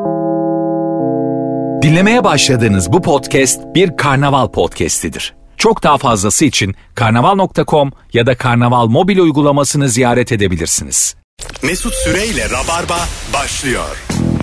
Dinlemeye başladığınız bu podcast bir karnaval podcastidir. Çok daha fazlası için karnaval.com ya da karnaval mobil uygulamasını ziyaret edebilirsiniz. Mesut Süreyle Rabarba başlıyor.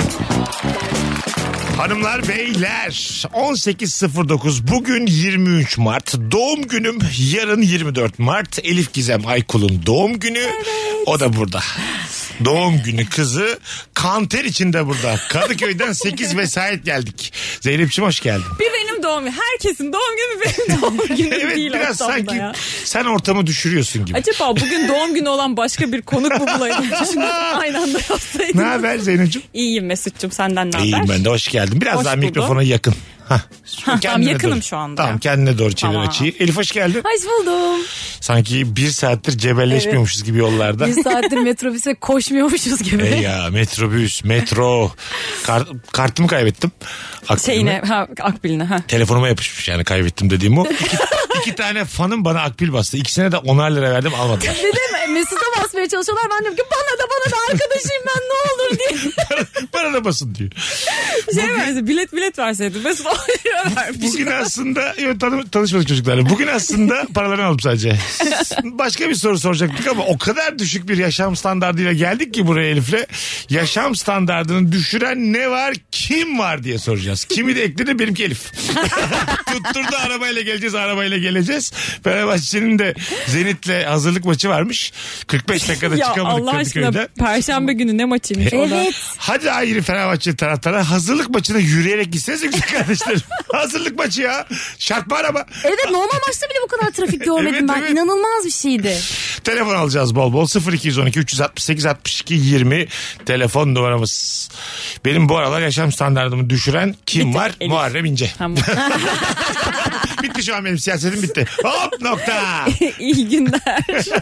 Hanımlar beyler 18.09 bugün 23 Mart doğum günüm, yarın 24 Mart Elif Gizem Aykul'un doğum günü. Evet. O da burada. Doğum günü kızı kanter içinde burada. Kadıköy'den 8 vesayet geldik. Zeynep'ciğim hoş geldin. Bir benim doğum günüm. Herkesin doğum günü benim doğum günüm evet, değil. biraz sanki ya. Sen ortamı düşürüyorsun gibi. Acaba bugün doğum günü olan başka bir konuk mu bulayım? Aynı anda yapsaydım. Ne haber Zeynep'ciğim? İyiyim Mesut'cum, senden ne haber? İyiyim ben de, hoş geldin. Biraz hoş daha buldum. mikrofona yakın. Tamam, yakınım doğru. Şu anda. Tamam, kendine doğru çevir açıyı. Elif hoş geldin. Hoş buldum. Sanki bir saattir cebelleşmiyormuşuz gibi yollarda. Bir saattir metrobüse koşmuyormuşuz gibi. Ya metrobüs, metro. Kartımı kaybettim. Akbil'ine. Telefonuma yapışmış yani, kaybettim dediğim o. İki tane fanım bana akbil bastı. İkisine de 10'ar lira verdim, almadılar. Bir de Mesut'a basmaya çalışıyorlar. Ben diyorum ki bana da arkadaşıyım ben, ne olur diye. Bana da basın diyor. Verse, bilet verseydi Mesut 10 lira vermiş. Bugün aslında tanışmadık çocuklarla. Bugün aslında paralarını alıp sadece. Başka bir soru soracaktık ama o kadar düşük bir yaşam standardıyla geldik ki buraya Elif'le. Yaşam standardını düşüren ne var, kim var diye soracağız. Kimi de ekledi, benimki Elif. Tutturdu, arabayla geleceğiz. Fenerbahçe'nin de Zenit'le hazırlık maçı varmış. 45 dakikada çıkamadık Allah Kadıköy'den. aşkına Perşembe günü ne maçıymış o da. Evet. Hadi ayrı Fenerbahçe taraftara, hazırlık maçına yürüyerek gitsenize güzel kardeşlerim. Hazırlık maçı ya. Şartma araba. Evet, normal maçta bile bu kadar trafik görmedim ben. Evet. İnanılmaz bir şeydi. Telefon alacağız bol bol. 0212 368 62 20 telefon numaramız. Benim bu aralar yaşam standartımı düşüren kim var? Elif. Muharrem İnce. Tamam. Bitti şu an benim siyasetim, bitti. Hop nokta. İyi günler.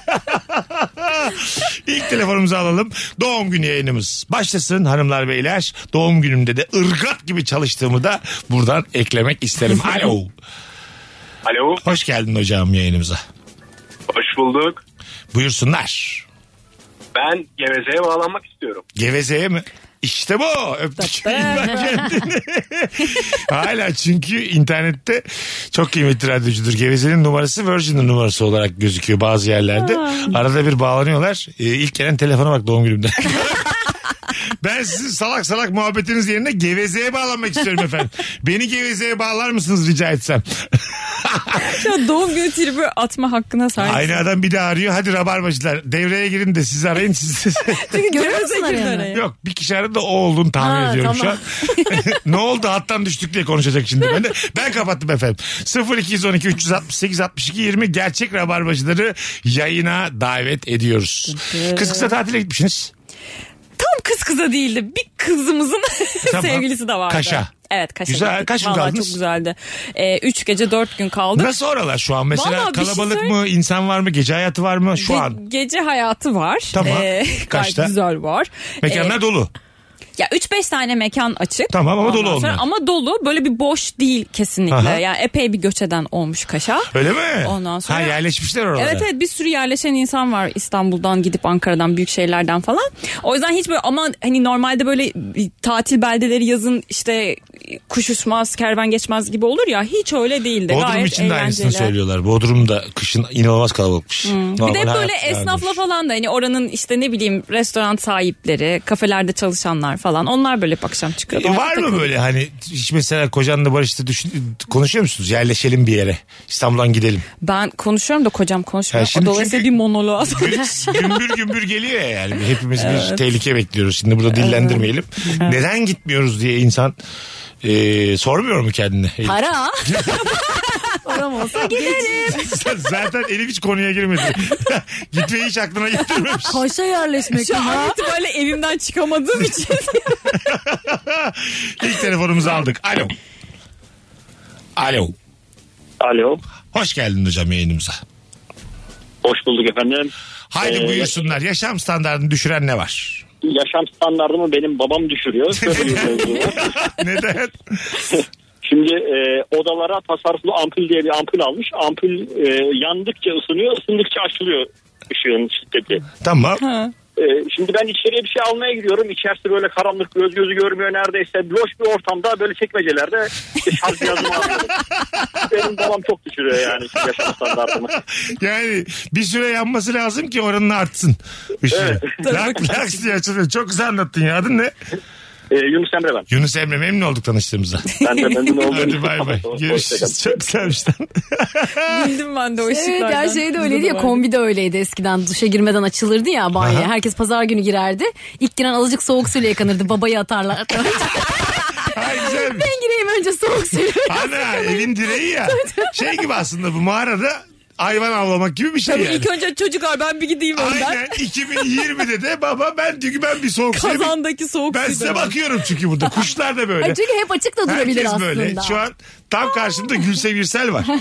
İlk telefonumuzu alalım. Doğum günü yayınımız başlasın hanımlar beyler. Doğum günümde de ırgat gibi çalıştığımı da buradan eklemek isterim. Alo. Alo. Hoş geldin hocam yayınımıza. Hoş bulduk. Buyursunlar. Ben Geveze'ye bağlanmak istiyorum. Geveze'ye mi? İşte bu. Öptük. Hala çünkü internette çok kıymetli radyocudur. Geveze'nin numarası Virgin'in numarası olarak gözüküyor bazı yerlerde. Arada bir bağlanıyorlar. İlk gelen telefona bak doğum günümde. Ben sizin salak salak muhabbetiniz yerine Geveze'ye bağlanmak istiyorum efendim. Beni Geveze'ye bağlar mısınız rica etsem? Şu doğum günü tribi atma hakkına sahip. Aynı adam bir de arıyor. Hadi rabarbacılar devreye girin de siz arayın. Çünkü Görüyor musun arayını? Yok, bir kişi aradı da o olduğunu tahmin ediyorum tamam. şu an. Ne oldu, hattan düştük diye konuşacak şimdi. Ben kapattım efendim. 0212 368 62 20 gerçek rabarbacıları yayına davet ediyoruz. Kız kısa tatile gitmişsiniz. Tam kız kıza değildi. Bir kızımızın Tamam. sevgilisi de vardı. Kaş'a. Evet, Kaş'a Güzel. gittik. Kaç gün Vallahi kaldınız? çok güzeldi. 3 gece 4 gün kaldık. Nasıl oralar şu an? Mesela Vallahi bir şey kalabalık mı? İnsan var mı? Gece hayatı var mı? Şu an. Gece hayatı var. Tamam. Gayet Kaçta? güzel var. Mekanlar dolu. Ya 3-5 tane mekan açık. Tamam ama dolu Ondan sonra- onlar. Ama dolu, böyle bir boş değil kesinlikle. Aha. Yani epey bir göç eden olmuş Kaş'a. Öyle mi? Ondan sonra- Ha, yerleşmişler oralara. Evet, bir sürü yerleşen insan var İstanbul'dan gidip Ankara'dan, büyük şehirlerden falan. O yüzden hiç böyle, ama hani normalde böyle tatil beldeleri yazın işte kuş uçmaz, kervan geçmez gibi olur ya, hiç öyle değildi. Bodrum Gayet için de aynısını eğlenceli. söylüyorlar. Bodrum'da kışın inanılmaz kalabalıkmış. Bir de böyle esnafla falan da, hani oranın işte ne bileyim restoran sahipleri, kafelerde çalışanlar falan, onlar böyle akşam çıkıyor. Var mı böyle hani hiç mesela kocanla barışta konuşuyor musunuz? Yerleşelim bir yere. İstanbul'dan gidelim. Ben konuşuyorum da kocam konuşmuyor. şimdi Dolayısıyla bir monoloğa gümbür gümbür geliyor ya yani. Hepimiz bir tehlike bekliyoruz. Şimdi burada dillendirmeyelim. Neden gitmiyoruz diye insan sormuyor mu kendine? Para. Param olsa giderim. Zaten Elif hiç konuya girmedi. Gitmeyi hiç aklına getirmemiş. Kaş'a yerleşmek Şu ha. an itibariyle evimden çıkamadığım için. İlk telefonumuzu aldık. Alo. Alo. Alo. Hoş geldin hocam yayınımıza. Hoş bulduk efendim. Haydi buyursunlar. Yaşam standartını düşüren ne var? Yaşam standartımı benim babam düşürüyor. Şöyle bir mevzu var. Neden? Şimdi odalara tasarruflu ampul diye bir ampul almış. Ampul yandıkça ısınıyor, ısındıkça açılıyor ışığın şiddeti. Tamam. Şimdi ben içeriye bir şey almaya gidiyorum. İçerisi böyle karanlık, göz gözü görmüyor neredeyse. Loş bir ortamda böyle çekmecelerde şarj cihazımı alıyorum. Benim babam çok düşürüyor yani yaşam standartımı. Yani bir süre yanması lazım ki oranın artsın. Evet. Laks diye açılıyor. Çok güzel anlattın ya. Adın ne? Yunus Emre ben. Yunus Emre, memnun olduk tanıştığımıza. Ben de memnun oldum. Hadi bay bay. Görüşürüz. Çok güzelmiş lan. Bildim ben de o Evet, ışıklardan. her şey de öyleydi ya, kombi de öyleydi eskiden, duşa girmeden açılırdı ya banyo. Herkes pazar günü girerdi. İlk giren azıcık soğuk suyla yıkanırdı, babayı atarlar. Ay güzelmiş. Ben gireyim önce soğuk suyla. Ana evin direği ya. Şey gibi aslında bu mağarada hayvan avlamak gibi bir şey Tabii yani. ilk önce çocuklar ben bir gideyim önden. Aynen 2020'de de baba ben bir soğuk suya Kazandaki soğuk ben suyu size da. bakıyorum çünkü burada. Kuşlar da böyle. Ay çünkü hep açık da durabilir Herkes aslında. böyle. Şu an tam karşımda Gülse Birsel var.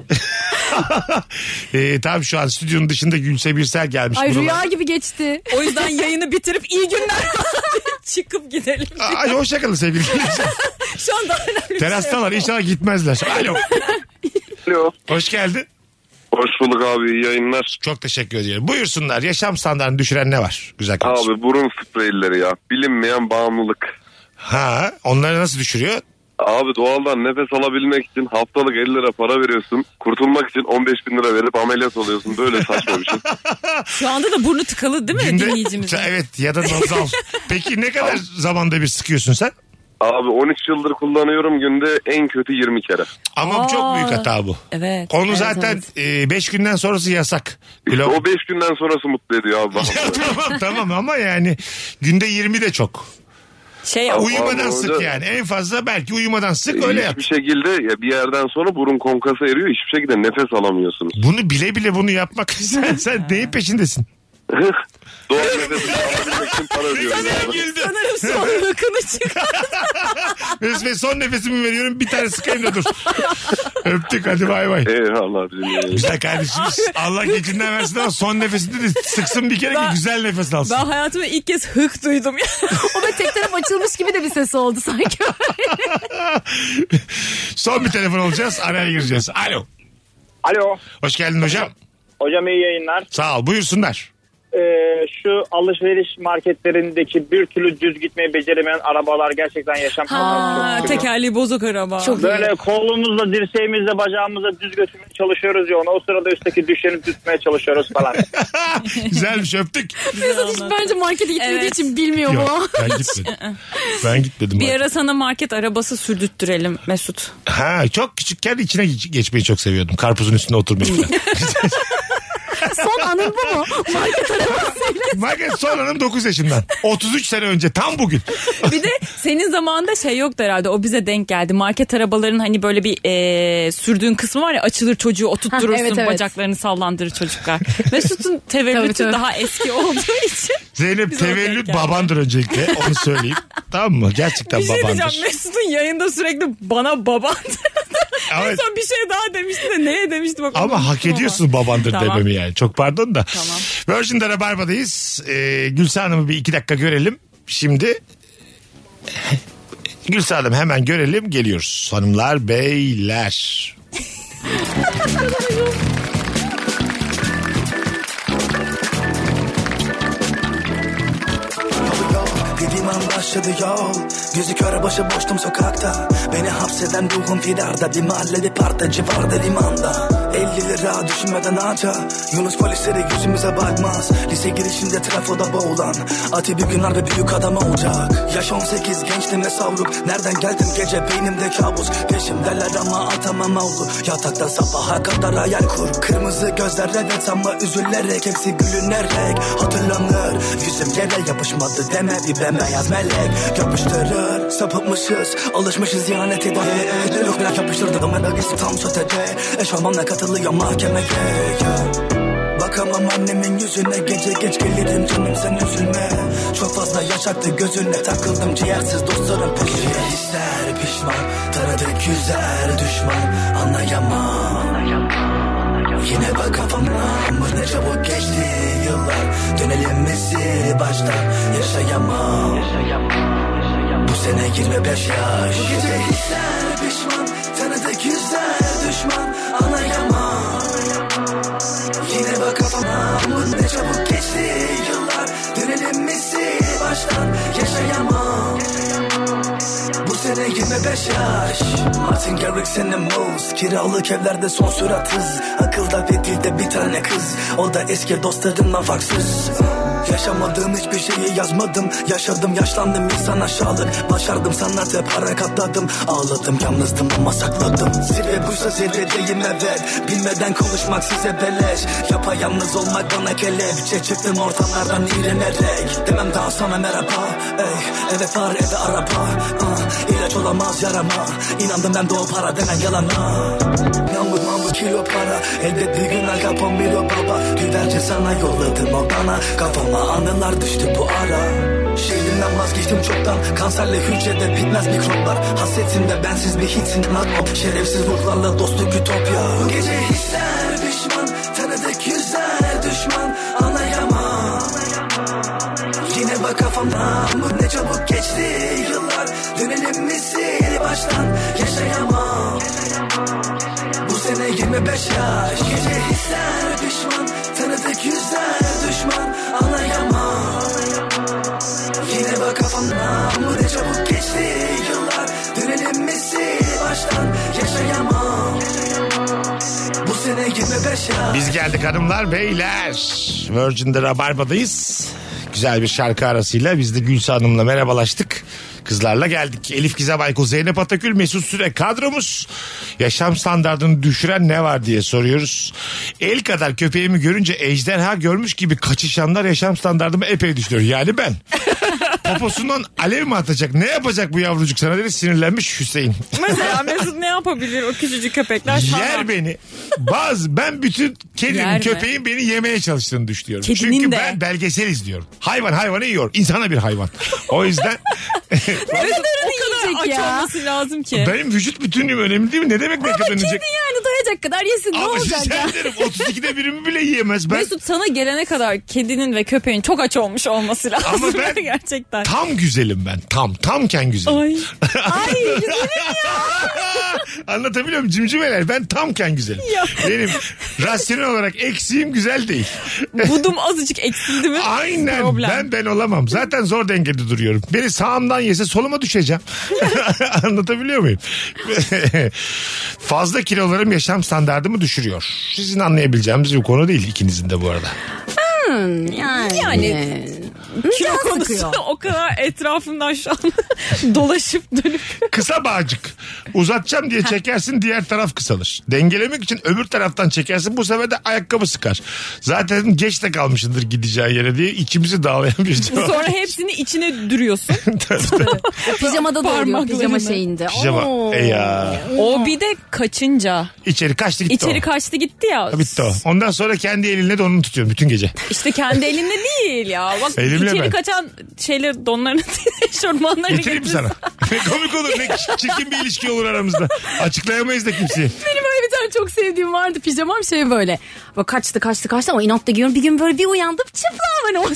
Tam şu an stüdyonun dışında Gülse Birsel gelmiş. Ay buralara. rüya gibi geçti. O yüzden yayını bitirip iyi günler çıkıp gidelim. Ay hoşçakalın sevgili dinleyiciler. Şu an daha önemli bir Terastalar inşallah gitmezler. Alo. Alo. Hoş geldin. Hoş bulduk abi, iyi yayınlar. Çok teşekkür ediyorum. Buyursunlar. Yaşam standartını düşüren ne var? Güzel kardeşim. Abi burun spreyleri ya. Bilinmeyen bağımlılık. Ha, onları nasıl düşürüyor? Abi doğaldan nefes alabilmek için haftalık 50 lira para veriyorsun. Kurtulmak için 15 bin lira verip ameliyat oluyorsun. Böyle saçma bir şey. Şu anda da burnu tıkalı değil mi dinleyicimizin? Evet ya da nozal. Peki ne kadar zamanda bir sıkıyorsun sen? Abi 13 yıldır kullanıyorum, günde en kötü 20 kere. Ama çok büyük hata bu. Evet. Onu zaten 5 günden sonrası yasak. İşte o 5 günden sonrası mutlu ediyor abi. tamam ama yani günde 20 de çok. Uyumadan abi, sık öyle. yani. En fazla belki uyumadan sık öyle yap. Hiçbir şekilde ya bir yerden sonra burun konkası eriyor. Hiçbir şekilde nefes alamıyorsunuz. Bunu bile bile bunu yapmak sen neyin peşindesin? Doğal nefes alabilmek için para ödüyorum abi. Sanırım son lıkını çıkar. Ve son nefesimi veriyorum, bir tane sıkayım da dur. Öptük, hadi bay bay. Eyvallah bizim. Güzel kardeşimiz. Allah geçinden versin ama son nefesinde de sıksın bir kere ki güzel nefes alsın. Ben hayatımda ilk kez hık duydum ya. O böyle tek taraf açılmış gibi de bir ses oldu sanki. Son bir telefon alacağız, araya gireceğiz. Alo. Alo. Hoş geldin hocam. Hocam iyi yayınlar. Sağ ol, buyursunlar. Şu alışveriş marketlerindeki bir türlü düz gitmeyi beceremeyen arabalar gerçekten yaşam standartı. Tekerleği bozuk araba. Çok Böyle kolumuzla, dirseğimizle, bacağımızla düz götürmeye çalışıyoruz ya ona. O sırada üstteki düşeni tutmaya çalışıyoruz falan. Güzelmiş, öptük. Mesut hiç bence markete gitmediği Evet. için bilmiyor bu. Yok, ben gitmedim. Bir bak. ara sana market arabası sürdürttürelim Mesut. Ha, çok küçükken içine geçmeyi çok seviyordum. Karpuzun üstüne oturmayı falan. Son anın bu mu? Market arabasıyla. Market son anım 9 yaşımdan. 33 sene önce tam bugün. Bir de senin zamanında şey yoktu herhalde, o bize denk geldi. Market arabaların hani böyle bir sürdüğün kısmı var ya, açılır çocuğu oturtturursun, evet. bacaklarını sallandırır çocuklar. Mesut'un tevellütü Tabii. daha eski olduğu için. Zeynep Biz ona tevellüt denk geldik. babandır öncelikle, onu söyleyeyim. Tamam mı? Gerçekten Bir şey babandır. diyeceğim, Mesut'un yayında sürekli bana baban. En Evet. son bir şey daha demişti de neye demişti bak. Ama hak ediyorsun babandır Tamam. dememi yani. Çok pardon da. Tamam. Virgin'de Rabarba'dayız. Gülse Hanım'ı bir 2 dakika görelim. Şimdi Gülse Hanım hemen görelim, geliyoruz. Hanımlar, beyler. Dediğim an başladı yol. Gözü kör başı boştum sokakta. Beni hapseden ruhum firarda. Bir mahalle bir parta civarda limanda. 50 lira düşünmeden harca. Yunus polisleri yüzümüze bakmaz. Lise girişinde trafoda boğulan Ati bir gün harbi büyük adam olacak. Yaş 18 gençliğime savruk. Nereden geldim gece beynimde kabus. Peşimdeler ama atamam avlu. Yatakta sabaha kadar hayal kur. Kırmızı gözler evet ama üzülerek. Hepsi gülünerek hatırlanır. Yüzüm yere yapışmadı deme bir bembeyaz melek. Yapıştırır sapıtmışız. Alışmışız ihanet eder. Yok bırak yapıştırdım ben isim tam sotede. Eşofmanla katılıyor mahkemeye. Bakamam annemin yüzüne. Gece geç gelirim canım sen üzülme. Çok fazla yaşaktı gözüne. Takıldım ciğersiz dostlarım peşine. Hisler pişman. Tanıdık yüzler düşman. Anlayamam. Yine bak kafamdan. Ne çabuk geçti yıllar. Dönelim mi sil baştan. Yaşayamam. Bu sene 25 yaş. Bu gece hisler pişman. Tanıdık yüzler düşman. Anlayamam. Yine bak kafama. Ne çabuk geçti yıllar. Dönelim yaşayamam. Bu sene 25 yaş. Martin Garrix senin mouse. Kiralık evlerde son sürat hız. Akılda ve dilde bir tane kız. O da eski dostlarından farksız. Yaşamadığım hiçbir şeyi yazmadım. Yaşadım yaşlandım insan aşağılık. Başardım sanatı para katladım. Ağladım yalnızdım ama sakladım. Zirve buysa zirvedeyim evet. Bilmeden konuşmak size beleş. Yapayalnız olmak bana kelepçe. Çıktım ortamlardan iğrenerek. Demem daha sana merhaba. Ey, eve var eve araba. İlaç olamaz yarama. İnandım ben de o para denen yalana. Namlu kilo para. Elbet bir gün Al Capone bir o baba. Güverce sana yolladım o bana. Kafama anılar düştü bu ara. Şehrimden vazgeçtim çoktan. Kanserle hücrede bitmez mikroplar. Hasretimde bensiz bir hitsin not. Şerefsiz ruhlarla dostluk ütopya. Bu gece hisler pişman. Tanıdık yüzler düşman. Anlayamam. Yine bak kafamdan. Ne çabuk geçti yıllar. Dönelim mi sil baştan. Yaşayamam. Bu sene 25 yaş. Gece hisler pişman. Tanıdık yüzler düşman. Anlayamam. Yine bak kafamdan. Ne çabuk geçti yıllar. Dönelim mi sil baştan. Yaşayamam. Bu sene 25 yaş. Biz geldik hanımlar beyler. Virgin'de Rabarba'dayız. Güzel bir şarkı arasıyla biz de Gülse Hanım'la merhabalaştık. Kızlarla geldik. Elif Gizem Aykul, Zeynep Atakül, Mesut Süre kadromuz. Yaşam standartını düşüren ne var diye soruyoruz. El kadar köpeğimi görünce ejderha görmüş gibi kaçışanlar yaşam standartımı epey düşürüyor. Yani ben. Poposundan alev mi atacak? Ne yapacak bu yavrucuk sana dedi, sinirlenmiş Hüseyin. Mesela Mesut ne yapabilir o küçücük köpekler? Yer beni. Ben bütün kedinin köpeğin beni yemeye çalıştığını düşünüyorum. Kedinin çünkü de. ben belgesel izliyorum. Hayvanı yiyor. İnsana bir hayvan. O yüzden o kadar aç olması lazım ki. benim vücut bütünlüğüm önemli değil mi? Ne demek ne kadar Kedi yani doyacak kadar yesin ne olacak ya? Ama derim 32'de birimi bile yiyemez. Mesut sana gelene kadar kedinin ve köpeğin çok aç olmuş olması lazım. Ama ben gerçekten. Tam güzelim ben. Tamken güzelim. Ay güzelim ya. Anlatabiliyor muyum cimcimeler? Ben tamken güzelim. Ya. Benim rasyonel olarak eksiğim güzel değil. Budum azıcık eksildi mi? Aynen. Problem. Ben olamam. Zaten zor dengede duruyorum. Beni sağımdan yese soluma düşeceğim. Anlatabiliyor muyum? Fazla kilolarım yaşam standartımı düşürüyor. Sizin anlayabileceğiniz bir konu değil ikinizin de bu arada. Yani kilo konusu o kadar etrafından şu an dolaşıp dönüp. Kısa bağcık. Uzatacağım diye çekersin, diğer taraf kısalır. Dengelemek için öbür taraftan çekersin, bu sefer de ayakkabı sıkar. Zaten geç de kalmışındır gideceği yere diye içimizi dağlayan bir cevap. Sonra hepsini içine dürüyorsun. Pijamada da oluyor, Parmaklarını. pijama şeyinde. Pijama. Ya. O bir de kaçınca. İçeri kaçtı gitti İçeri o. kaçtı gitti ya. Bitti o. Ondan sonra kendi elinle de onu tutuyorum bütün gece. İşte kendi elinde değil ya. Bak Elimle içeri ben. kaçan şeyler donlarını eşortmanlarını Getireyim mi sana? Ne komik olur, ne çirkin bir ilişki olur aramızda. Açıklayamayız da kimseye. Benim öyle bir tane çok sevdiğim vardı. Pijamam şey böyle. Bak kaçtı ama inatla giyiyorum. Bir gün böyle bir uyandım. Çıplağım hani o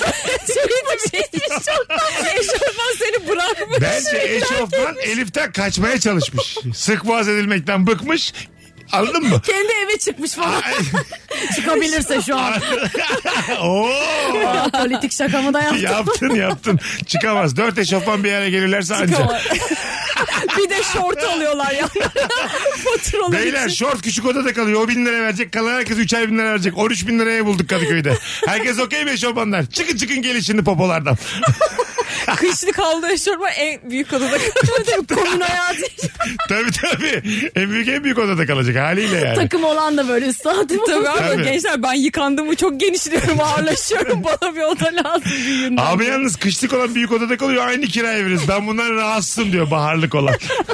Eşortman seni bırakmış. Bence eşofman Elif'ten kaçmaya çalışmış. Sık boğaz edilmekten bıkmış. Anladın mı? Kendi eve çıkmış falan. Çıkabilirse şu an. Oo. Politik şakamı da yaptım. Yaptın. Çıkamaz. 4 eşofman bir yere gelirlerse anca. Bir de şort alıyorlar ya. Faturalar Beyler için. şort küçük odada kalıyor. O 1000 lira verecek. Kalan herkes 3'er 1000 lira verecek. 13.000 liraya bulduk Kadıköy'de. Herkes okey mi eşofmanlar? Çıkın gelin şimdi popolardan. Kışlı kaldı eşortman en büyük odada kaldı. Komün hayatı. Tabii. En büyük odada kalacak haliyle yani. Takım olan da böyle üstadım. Tabii abi Tabii. gençler ben yıkandığımı çok genişliyorum, ağırlaşıyorum. Bana bir oda lazım büyüğünden. Abi yalnız kışlık olan büyük odada kalıyor, aynı kiraya veririz. Ben bundan rahatsızım diyor baharlık olan.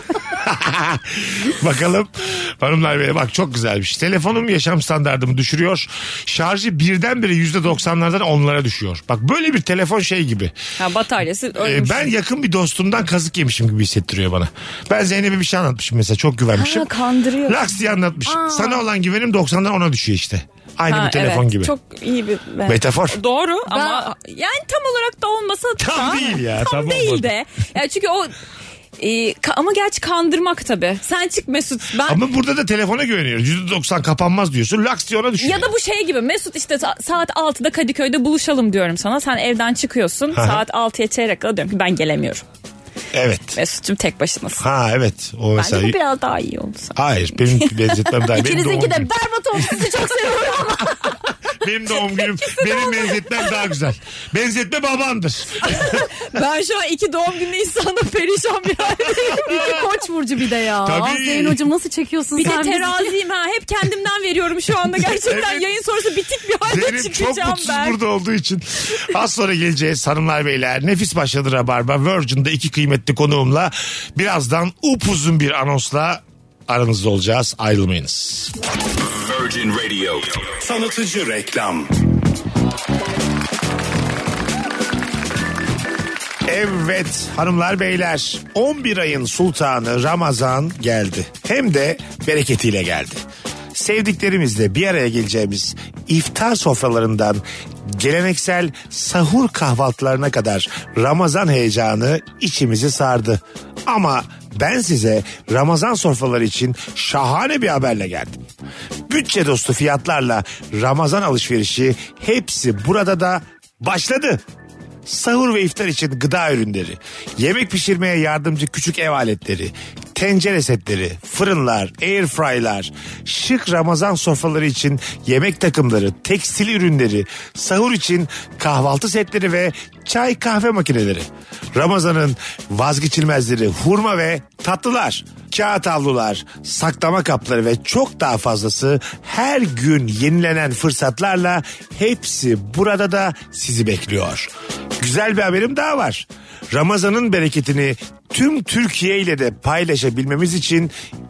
Bakalım hanımlar beyler, bak çok güzelmiş. Telefonum yaşam standartımı düşürüyor. Şarjı birdenbire %90'lardan 10'lara düşüyor. Bak böyle bir telefon şey gibi. Ha, bataryası ölmüş. Ben yakın bir dostumdan kazık yemişim gibi hissettiriyor bana. Ben Zeynep'e bir şey anlatmışım mesela, çok güvenmişim. Ha, kandırıyor. Laks diye anlatmış. Sana olan güvenim 90'dan 10'a düşüyor işte. Aynı bir telefon evet, gibi. Çok iyi bir metafor. Doğru ama yani tam olarak da olmasa Tam değil ya, tam değil olmadı. de. Yani çünkü o Ama gerçi kandırmak tabii. Sen çık Mesut. Ama burada da telefona güveniyoruz. %90 kapanmaz diyorsun. Laks diye ona düşüyor. Ya da bu şey gibi Mesut işte saat 6'da Kadıköy'de buluşalım diyorum sana. Sen evden çıkıyorsun. Saat 6'ya çeyrek kala diyorum ki ben gelemiyorum. Evet. Mesut'cum tek başınasın. Ha evet. O mesela... Bence bu biraz daha iyi oldu. Hayır benim benzetmem daha iyi. İkinizinki de berbat oldu. Sizi çok seviyorum ama. Benim doğum günüm, benim benzetmem daha güzel. Benzetme babandır. Ben şu an 2 doğum günü insanla perişan bir haldeyim. Koç burcu bir de ya. Tabii. Zeyn hocam nasıl çekiyorsun Bir sen? de teraziyim ha. Hep kendimden veriyorum şu anda gerçekten. Evet. Yayın sonrası bitik bir halde Zeynep çıkacağım çok mutsuz ben. burada olduğu için. Az sonra geleceğiz hanımlar beyler. Nefis başladı Rabarba. Virgin'de 2 kıymetli konuğumla birazdan upuzun bir anonsla aranızda olacağız. Ayrılmayınız. Virgin Radio. Tanıtıcı reklam. Evet hanımlar beyler 11 ayın sultanı Ramazan geldi. Hem de bereketiyle geldi. Sevdiklerimizle bir araya geleceğimiz iftar sofralarından geleneksel sahur kahvaltılarına kadar Ramazan heyecanı içimizi sardı. Ama ben size Ramazan sofraları için şahane bir haberle geldim. Bütçe dostu fiyatlarla Ramazan alışverişi hepsi burada da başladı. Sahur ve iftar için gıda ürünleri, yemek pişirmeye yardımcı küçük ev aletleri, tencere setleri, fırınlar, airfryer'lar, şık Ramazan sofraları için yemek takımları, tekstil ürünleri, sahur için kahvaltı setleri ve çay kahve makineleri. Ramazan'ın vazgeçilmezleri hurma ve tatlılar, kağıt havlular, saklama kapları ve çok daha fazlası her gün yenilenen fırsatlarla hepsi burada da sizi bekliyor. Güzel bir haberim daha var. Ramazan'ın bereketini tüm Türkiye ile de paylaşabilmemiz için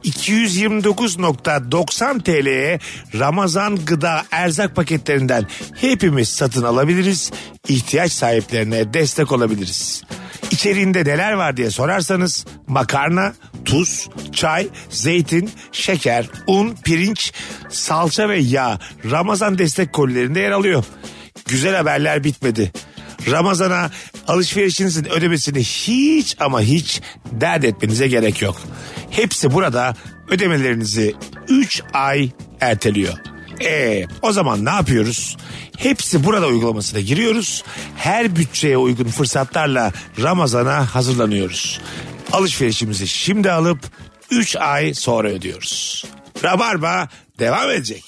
229.90 TL'ye Ramazan gıda erzak paketlerinden hepimiz satın alabiliriz. İhtiyaç sahiplerine destek olabiliriz. İçeriğinde neler var diye sorarsanız makarna, tuz, çay, zeytin, şeker, un, pirinç, salça ve yağ Ramazan destek kolilerinde yer alıyor. Güzel haberler bitmedi. Ramazana alışverişinizin ödemesini hiç ama hiç dert etmenize gerek yok. Hepsi burada ödemelerinizi 3 ay erteliyor. O zaman ne yapıyoruz? Hepsi burada uygulamasına giriyoruz. Her bütçeye uygun fırsatlarla Ramazana hazırlanıyoruz. Alışverişimizi şimdi alıp 3 ay sonra ödüyoruz. Rabarba devam edecek.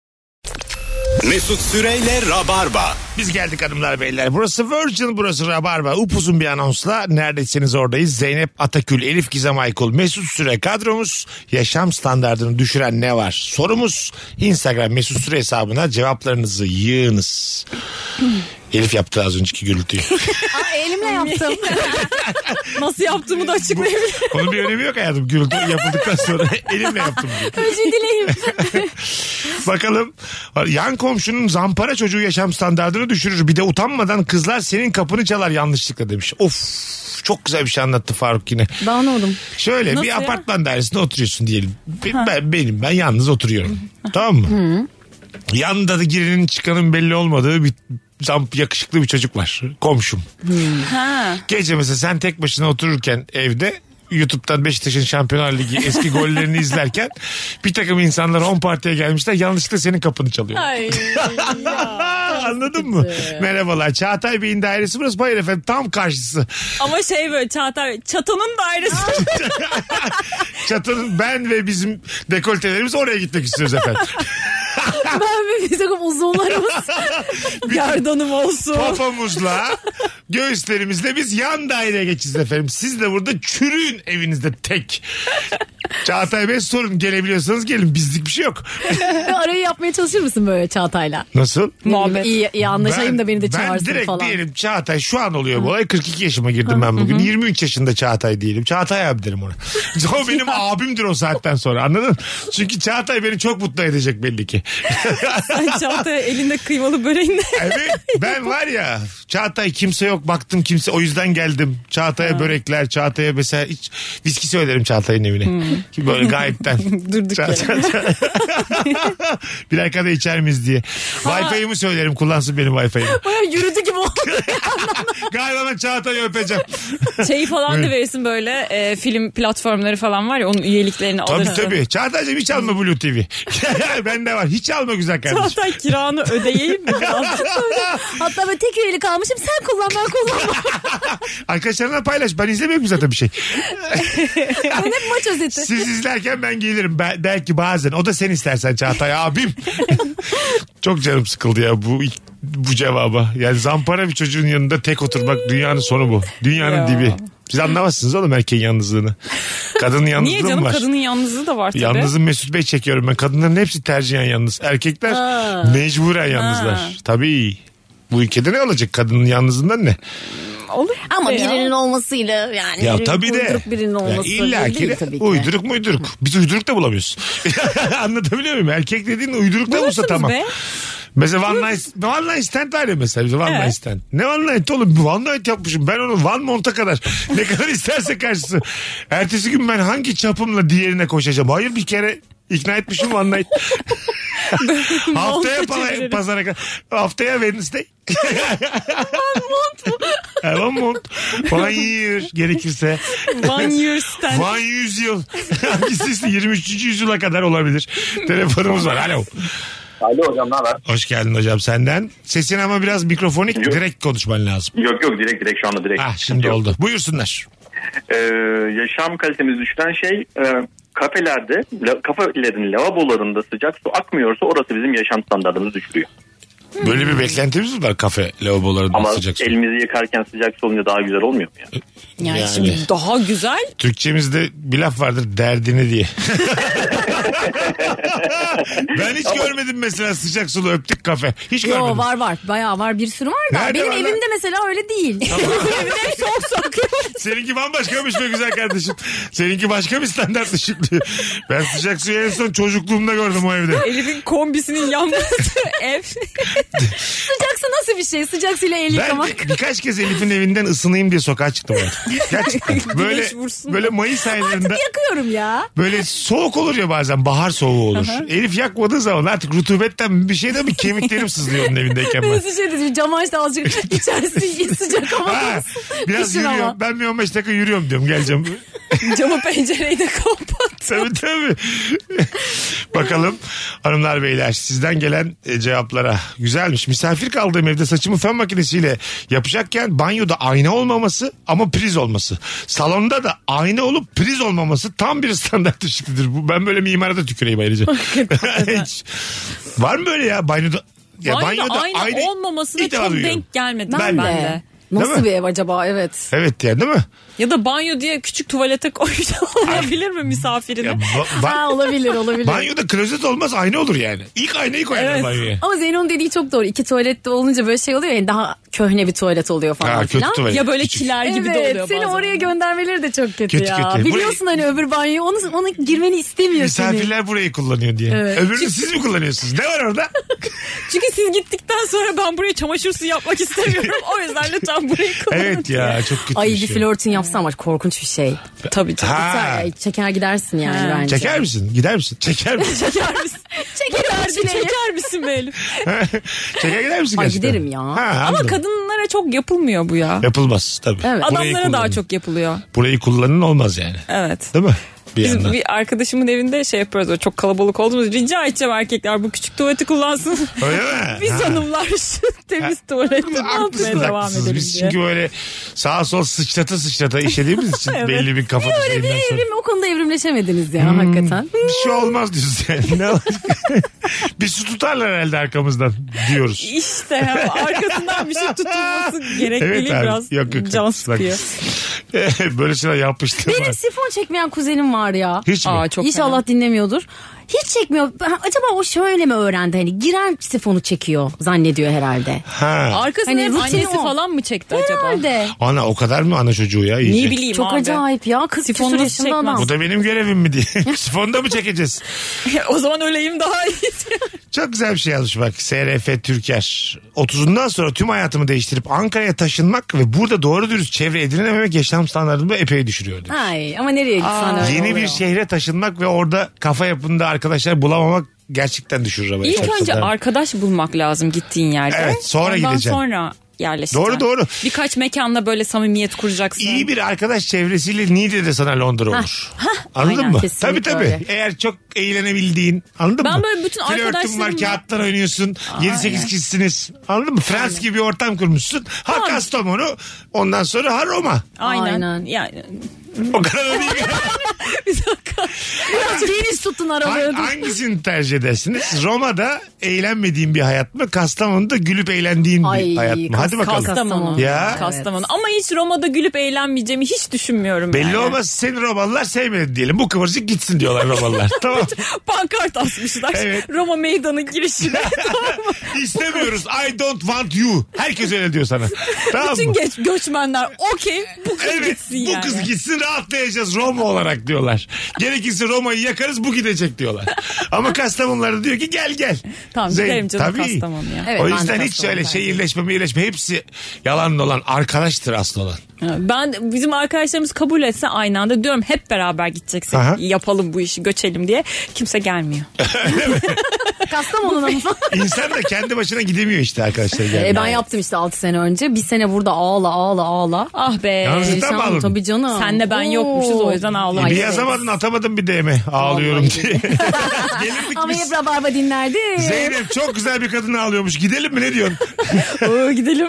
Mesut Süreyle Rabarba. Biz geldik hanımlar beyler. Burası Virgin, burası Rabarba. Upuzun bir anonsla neredesiniz oradayız. Zeynep Atakül, Elif Gizem Aykul, Mesut Süre kadromuz. Yaşam standartını düşüren ne var? Sorumuz Instagram Mesut Süre hesabına cevaplarınızı yığınız. Elif yaptı az önceki gürültüyü. Elimle yaptım. Nasıl yaptığımı da açıklayabilirim. Onun bir önemi yok hayatım. Gürültü yapıldıktan sonra elimle yaptım diye. Özür dileyim. Bakalım yan komşunun zampara çocuğu yaşam standartını düşürür. Bir de utanmadan kızlar senin kapını çalar yanlışlıkla demiş. Of çok güzel bir şey anlattı Faruk yine. Ben anlamadım. Şöyle Nasıl bir ya? apartman dairesinde oturuyorsun diyelim. Ben yalnız oturuyorum. Tamam mı? Yanında da girenin çıkanın belli olmadığı bir yakışıklı bir çocuk var. Komşum. Ha. Gece mesela sen tek başına otururken evde YouTube'dan Beşiktaş'ın Şampiyonlar Ligi eski gollerini izlerken bir takım insanlar 10 partiye gelmişler. Yanlışlıkla senin kapını çalıyor. Ay Anladın mı? Merhabalar. Çağatay Bey'in dairesi burası. Hayır efendim tam karşısı. Ama şey böyle Çağatay Çaton'un dairesi. Çatının ben ve bizim dekoltelerimiz oraya gitmek istiyoruz efendim. Ben ve bir takım uzunlarımız. Gerdanım olsun. Popomuzla göğüslerimizle biz yan daireye geçeceğiz efendim. Siz de burada çürüyün evinizde tek. Çağatay Bey sorun gelebiliyorsanız gelin bizlik bir şey yok. Arayı yapmaya çalışır mısın böyle Çağatay'la? Nasıl? Muhabbet. İyi anlaşayım da beni de Ben çağırsın direkt falan. diyelim Çağatay şu an oluyor bu olay 42 yaşıma girdim ben bugün 23 yaşında Çağatay diyelim Çağatay abi derim ona. O benim abimdir o saatten sonra anladın? Çünkü Çağatay beni çok mutlu edecek belli ki. Sen Çağatay'a elinde kıymalı böreğinle. Evet ben var ya Çağatay kimse yok baktım kimse o yüzden geldim. Çağatay'a börekler Çağatay'a mesela hiç viski söylerim Çağatay'ın evine. Ki böyle gayetten. Durduk yere. Birer kadeh içer miyiz diye. Wi-Fi'mi söylerim kullansın benim Wi-Fi'mi. Baya yürüdü gibi oldu. Galiba ben Çağatay'ı öpeceğim. Şeyi falan da verirsin böyle film platformları falan var ya onun üyeliklerini alırsın. Tabii. Çağatay'cığım hiç alma Blue TV. Bende var. Hiç alma güzel kardeşim. Çağatay kiranı ödeyeyim mi? Hatta böyle tek üyelik almışım sen kullan ben kullanmam. Arkadaşlarına paylaş. Ben izlemiyorum zaten bir şey. Ben hep maç özeti. Siz izlerken ben gelirim. Belki bazen. O da sen istersen Çağatay abim. Çok canım sıkıldı ya bu cevaba. Yani zampara bir çocuğun yanında tek oturmak dünyanın sonu bu. Dünyanın dibi. Siz anlamazsınız oğlum erkeğin yalnızlığını. Kadının yalnızlığı Niye canım var. Kadının yalnızlığı da var tabii. Yalnızım Mesut Bey çekiyorum ben. Kadınların hepsi tercihen yalnız. Erkekler mecburen yalnızlar. Tabii. Bu ülkede ne olacak kadının yalnızlığından ne? Olur. Ama Ya. birinin olmasıyla yani. Ya tabii de. Uyduruk birinin olması İlla değil ki tabii ki. uyduruk. Biz uyduruk da bulamıyoruz. Anlatabiliyor muyum? Erkek dediğin uyduruk da olsa tamam. Be. Mesela one night stand var ya mesela bize one night stand. Ne one night oğlum? One night yapmışım. Ben onu one month'a kadar ne kadar isterse karşısı. Ertesi gün ben hangi çapımla diğerine koşacağım? Hayır bir kere ikna etmişim one night. Haftaya pazara kadar. Haftaya Wednesday. One month. One year gerekirse. One year stand. One 100 yıl. Hangisi 23. yüzyıla kadar olabilir. Telefonumuz var. Alo. Alo hocam ne haber? Hoş geldin hocam senden. Sesin ama biraz mikrofonik. Yok. Direkt konuşman lazım. Yok direkt şu anda direkt. Şimdi oldu. Buyursunlar. Yaşam kalitemizi düşüren şey kafelerde, kafelerin lavabolarında sıcak su akmıyorsa orası bizim yaşam standartımızı düşürüyor. Böyle bir beklentimiz mi var kafe lavabolarında Ama sıcak su? elimizi yıkarken sıcak su olunca daha güzel olmuyor mu ya? Yani Yani. şimdi daha güzel. Türkçemizde bir laf vardır derdini diye. Ben hiç görmedim mesela sıcak sulu öptük kafe. Hiç görmedim. Yo var. Bayağı var. Bir sürü var da. Nerede Benim var lan? evimde mesela öyle değil. Evimde hep soğuk. Seninki bambaşkamış be güzel kardeşim. Seninki başka bir standart düşüklüğü. Ben sıcak suyu en son çocukluğumda gördüm o evde. Elif'in kombisinin yanması ev. Sıcak su nasıl bir şey? Sıcak suyla el Ben yıkamak. birkaç kez Elif'in evinden ısınayım diye sokağa çıktım. Gerçekten. Böyle Mayıs aylarında Yakıyorum ya. böyle soğuk olur ya bazen bahar soğuğu olur. Elif yakmadığı zaman artık rutubetten bir şeyden bir kemiklerim sızlıyor onun evindeyken ben. Nasıl şey dedim cam açtı azıcık içerisi sıcak ama. Ha, biraz Kışın yürüyorum. ama. Ben bir 15 dakika yürüyorum diyorum geleceğim. Camı pencereyi de kapat. Tabii. Bakalım hanımlar beyler sizden gelen cevaplara. Güzelmiş. Misafir kaldığım evde saçımı fön makinesiyle yapacakken banyoda ayna olmaması ama priz olması. Salonda da ayna olup priz olmaması tam bir standart düşüklüdür. Ben böyle mimara da tüküreyim ayrıca. Hiç. Var mı böyle ya banyoda? Ya Banyoda ayna olmamasına İlk defa çok duyuyorum. denk gelmedim Ben ben de. de. Nasıl bir ev acaba? Evet. Evet yani değil mi? Ya da banyo diye küçük tuvalete koymuş olabilir mi misafirine? Ya, Ha olabilir. banyoda klozet olmaz ayna olur yani. İlk aynayı koyarlar Evet. banyoya. Ama Zeyno'nun dediği çok doğru. İki tuvalette olunca böyle şey oluyor ya daha köhne bir tuvalet oluyor falan Ha, kötü filan. tuvalet. Ya böyle Küçük. kiler gibi de oluyor Evet seni bazen. oraya göndermeleri de çok kötü, Kötü, ya. kötü. Biliyorsun hani öbür banyoyu ona girmeni istemiyor Misafirler burayı kullanıyor diye. Evet. Öbürünü siz mi kullanıyorsunuz? Ne var orada? Çünkü siz gittikten sonra ben buraya çamaşır suyu yapmak istemiyorum. O yüzden lütfen burayı kullanın. Evet ya çok kötü Ay bir bir şey. flörtün yapsam var korkunç bir şey. Tabii tabii. Ha. Çeker gidersin yani Ha. bence. Çeker misin? Gider misin? Çeker misin? Çeker misin? Çeker misin be Elif? Çeker gider misin Ay gerçekten? giderim ya. Ha, Ama anladım. kadınlara çok yapılmıyor bu ya. Yapılmaz tabii. Evet. Burayı Adamlara daha kullanın. çok yapılıyor. Burayı kullanın olmaz yani. Evet. Değil mi? Bir Biz yandan. bir arkadaşımın evinde şey yapıyoruz. Böyle çok kalabalık olduğumuz. Rica edeceğim erkekler bu küçük tuvaleti kullansın. Öyle mi? Biz Ha. hanımlar şu temiz tuvaleti Haklısınız devam haklısınız. edelim Biz diye. çünkü böyle sağa sol sıçrata işlediğimiz için Evet. belli bir kafa düzeyinden sonra. O konuda evrimleşemediniz ya hakikaten. Bir şey olmaz diyoruz yani. Ne var? Bir su tutarlar herhalde arkamızdan diyoruz. İşte arkasından bir şey tutulması gerekliliği Evet abi. biraz Yok. can Bak. sıkıyor. Böyle şeyler yapmıştım. Benim sifon çekmeyen kuzenim var ya. Hiç mi? Aa, çok İnşallah fena. dinlemiyordur. Hiç çekmiyor. Acaba o şöyle mi öğrendi? Hani giren sifonu çekiyor zannediyor herhalde. Ha. Arkasında Hani hep rutini annesi o. falan mı çekti acaba? Herhalde. Ana o kadar mı ana çocuğu ya iyice? Ne bileyim Çok abi. acayip ya. 40 küsur Sifonu nasıl yaşında çekmez? adam. Bu da benim görevim mi diye. Sifonda mı çekeceğiz? O zaman öleyim daha iyi. Çok güzel bir şey yazmış bak. SRF Türker. 30'undan sonra tüm hayatımı değiştirip Ankara'ya taşınmak ve burada doğru dürüst çevre edinememek yaşam standartımı epey düşürüyor demiş. Ay ama nereye gitsen öyle Yeni bir oluyor. şehre taşınmak ve orada kafa yapında arkadaşlar bulamamak gerçekten düşürür ama. İlk yaşam önce standartını. arkadaş bulmak lazım gittiğin yerde. Evet, sonra Ondan gideceksin. sonra yerleşeceksin. Doğru. Birkaç mekanla böyle samimiyet kuracaksın. İyi bir arkadaş çevresiyle Niğde'de sana Londra olur. Anladın aynen, mı? kesinlikle Tabii. öyle. Eğer çok eğlenebildiğin, anladın Ben mı? böyle bütün Flörtün var, arkadaşlarımla- kağıtlar oynuyorsun. 7-8 kişisiniz. Anladın mı? Frans gibi bir ortam kurmuşsun. Ha Tamam. Kastamonu, ondan sonra ha Roma. Aynen. Yani O kadar da değil. bir dakika. Biraz geniş tutun arabayı. Hangisini tercih edersiniz? Roma'da eğlenmediğin bir hayat mı? Kastamonu'da gülüp eğlendiğin bir hayat mı? Hadi bakalım. Kastamonu. Ya. Kastamonu. Ama hiç Roma'da gülüp eğlenmeyeceğimi hiç düşünmüyorum. Belli yani. olmaz, seni Romalılar sevmedi diyelim. Bu kıvırcık gitsin diyorlar Romalılar. Tamam. Pankart asmışlar. Evet. Roma meydanı girişine. Tamam mı? İstemiyoruz. I don't want you. Herkes öyle diyor sana. Tamam Bütün mı? göçmenler okey bu kız Evet, gitsin bu yani. kız gitsin, rahatlayacağız Roma olarak diyorlar. Gerekirse Roma'yı yakarız, bu gidecek diyorlar. Ama Kastamonular da diyor ki gel. Tamam giderim canım Kastamonu'ya. Evet, O ben de yüzden hiç Kastamonu öyle tercih şehirleşme hepsi yalan dolan, arkadaştır aslı olan. Ben bizim arkadaşlarımız kabul etse aynı anda diyorum hep beraber gideceksin. Aha. Yapalım bu işi göçelim diye. Kimse gelmiyor. Kastamonu'na mı? İnsan da kendi başına gidemiyor işte arkadaşlar. Ben yaptım işte 6 sene önce. Bir sene burada ağla. Ah be. Yalnız cidden mi ağladın? Tabii canım. Senle ben yokmuşuz, o yüzden ağlamak. Bir evet. yazamadın, atamadın bir DM. Ağlıyorum Vallahi diye. Gelirdik Ama biz. hep Rabarba dinlerdi. Zeynep çok güzel bir kadın ağlıyormuş. Gidelim mi, ne diyorsun? Oo, gidelim.